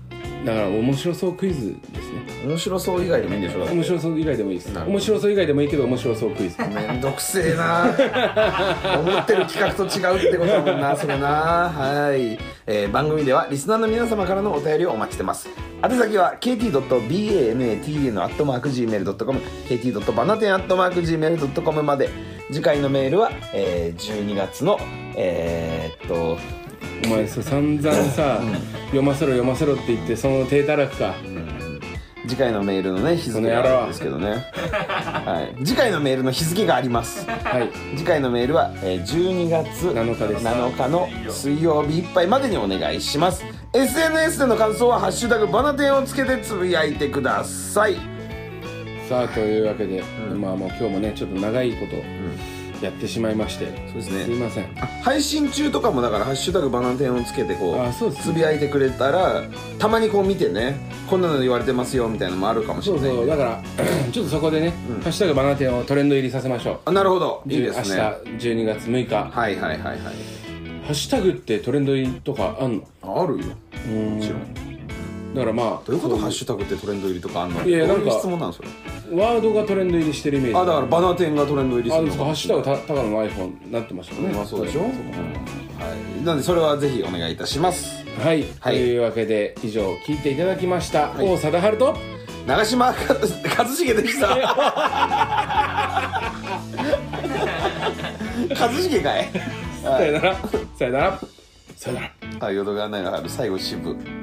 [SPEAKER 2] だから面白そうクイズですね。
[SPEAKER 1] 面白そう以外でもいいんでしょ。
[SPEAKER 2] 面白そう以外でもいいです。面白そう以外でもいいけど面白そうクイズ。
[SPEAKER 1] めんどくせえな思ってる企画と違うってことだもんなそれな。はい、えー、番組ではリスナーの皆様からのお便りをお待ちしてます。宛先は ケーティードットバナテン アットマークジーメールドットコム ケーティードットバナテン アットマークジーメールドットコム まで。次回のメールは、えー、じゅうにがつのえー、っと
[SPEAKER 2] お前さ散々さ、うん、読ませろ読ませろって言ってその手たらくか、うん、
[SPEAKER 1] 次回のメールのね日付があるんですけどねはい、次回のメールの日付があります、はい、次回のメールは、えー、じゅうにがつなのかです。なのかの水曜日いっぱいまでにお願いします。 エスエヌエス での感想はハッシュタグバナテンをつけてつぶやいてください。
[SPEAKER 2] さあというわけで、うん、まあもう今日もねちょっと長いことやってしまいまして、うん、そうですね、すいません。
[SPEAKER 1] 配信中とかもだからハッシュタグバナテンをつけてこう、ああそうですね、つぶやいてくれたらたまにこう見てねこんなの言われてますよみたいなのもあるかもしれない。
[SPEAKER 2] そうそうだからちょっとそこでね、うん、ハッシュタグバナテンをトレンド入りさせましょう。
[SPEAKER 1] あなるほどいいですね。
[SPEAKER 2] 明日じゅうにがつむいか
[SPEAKER 1] はいはいはいはい。
[SPEAKER 2] ハッシュタグってトレンド入りとかあんの？
[SPEAKER 1] あるよもちろん。
[SPEAKER 2] だからまあ
[SPEAKER 1] どういうことハッシュタグってトレンド入りとかあんの？いやなんか質問なんですよ。
[SPEAKER 2] ワードがトレンド入りしてるイメージ。
[SPEAKER 1] あだからバナテンがトレンド入りするのか。
[SPEAKER 2] あハッシュタグた高野の iPhone なってましたね。
[SPEAKER 1] まあそうでしょ。はい。なのでそれはぜひお願いいたします。
[SPEAKER 2] はい。はい、というわけで以上聞いていただきました、はい、王貞治と
[SPEAKER 1] 長嶋一茂でした。一茂かい。
[SPEAKER 2] さよなら。さよなら。さよなら。
[SPEAKER 1] あ淀川内の春最後渋。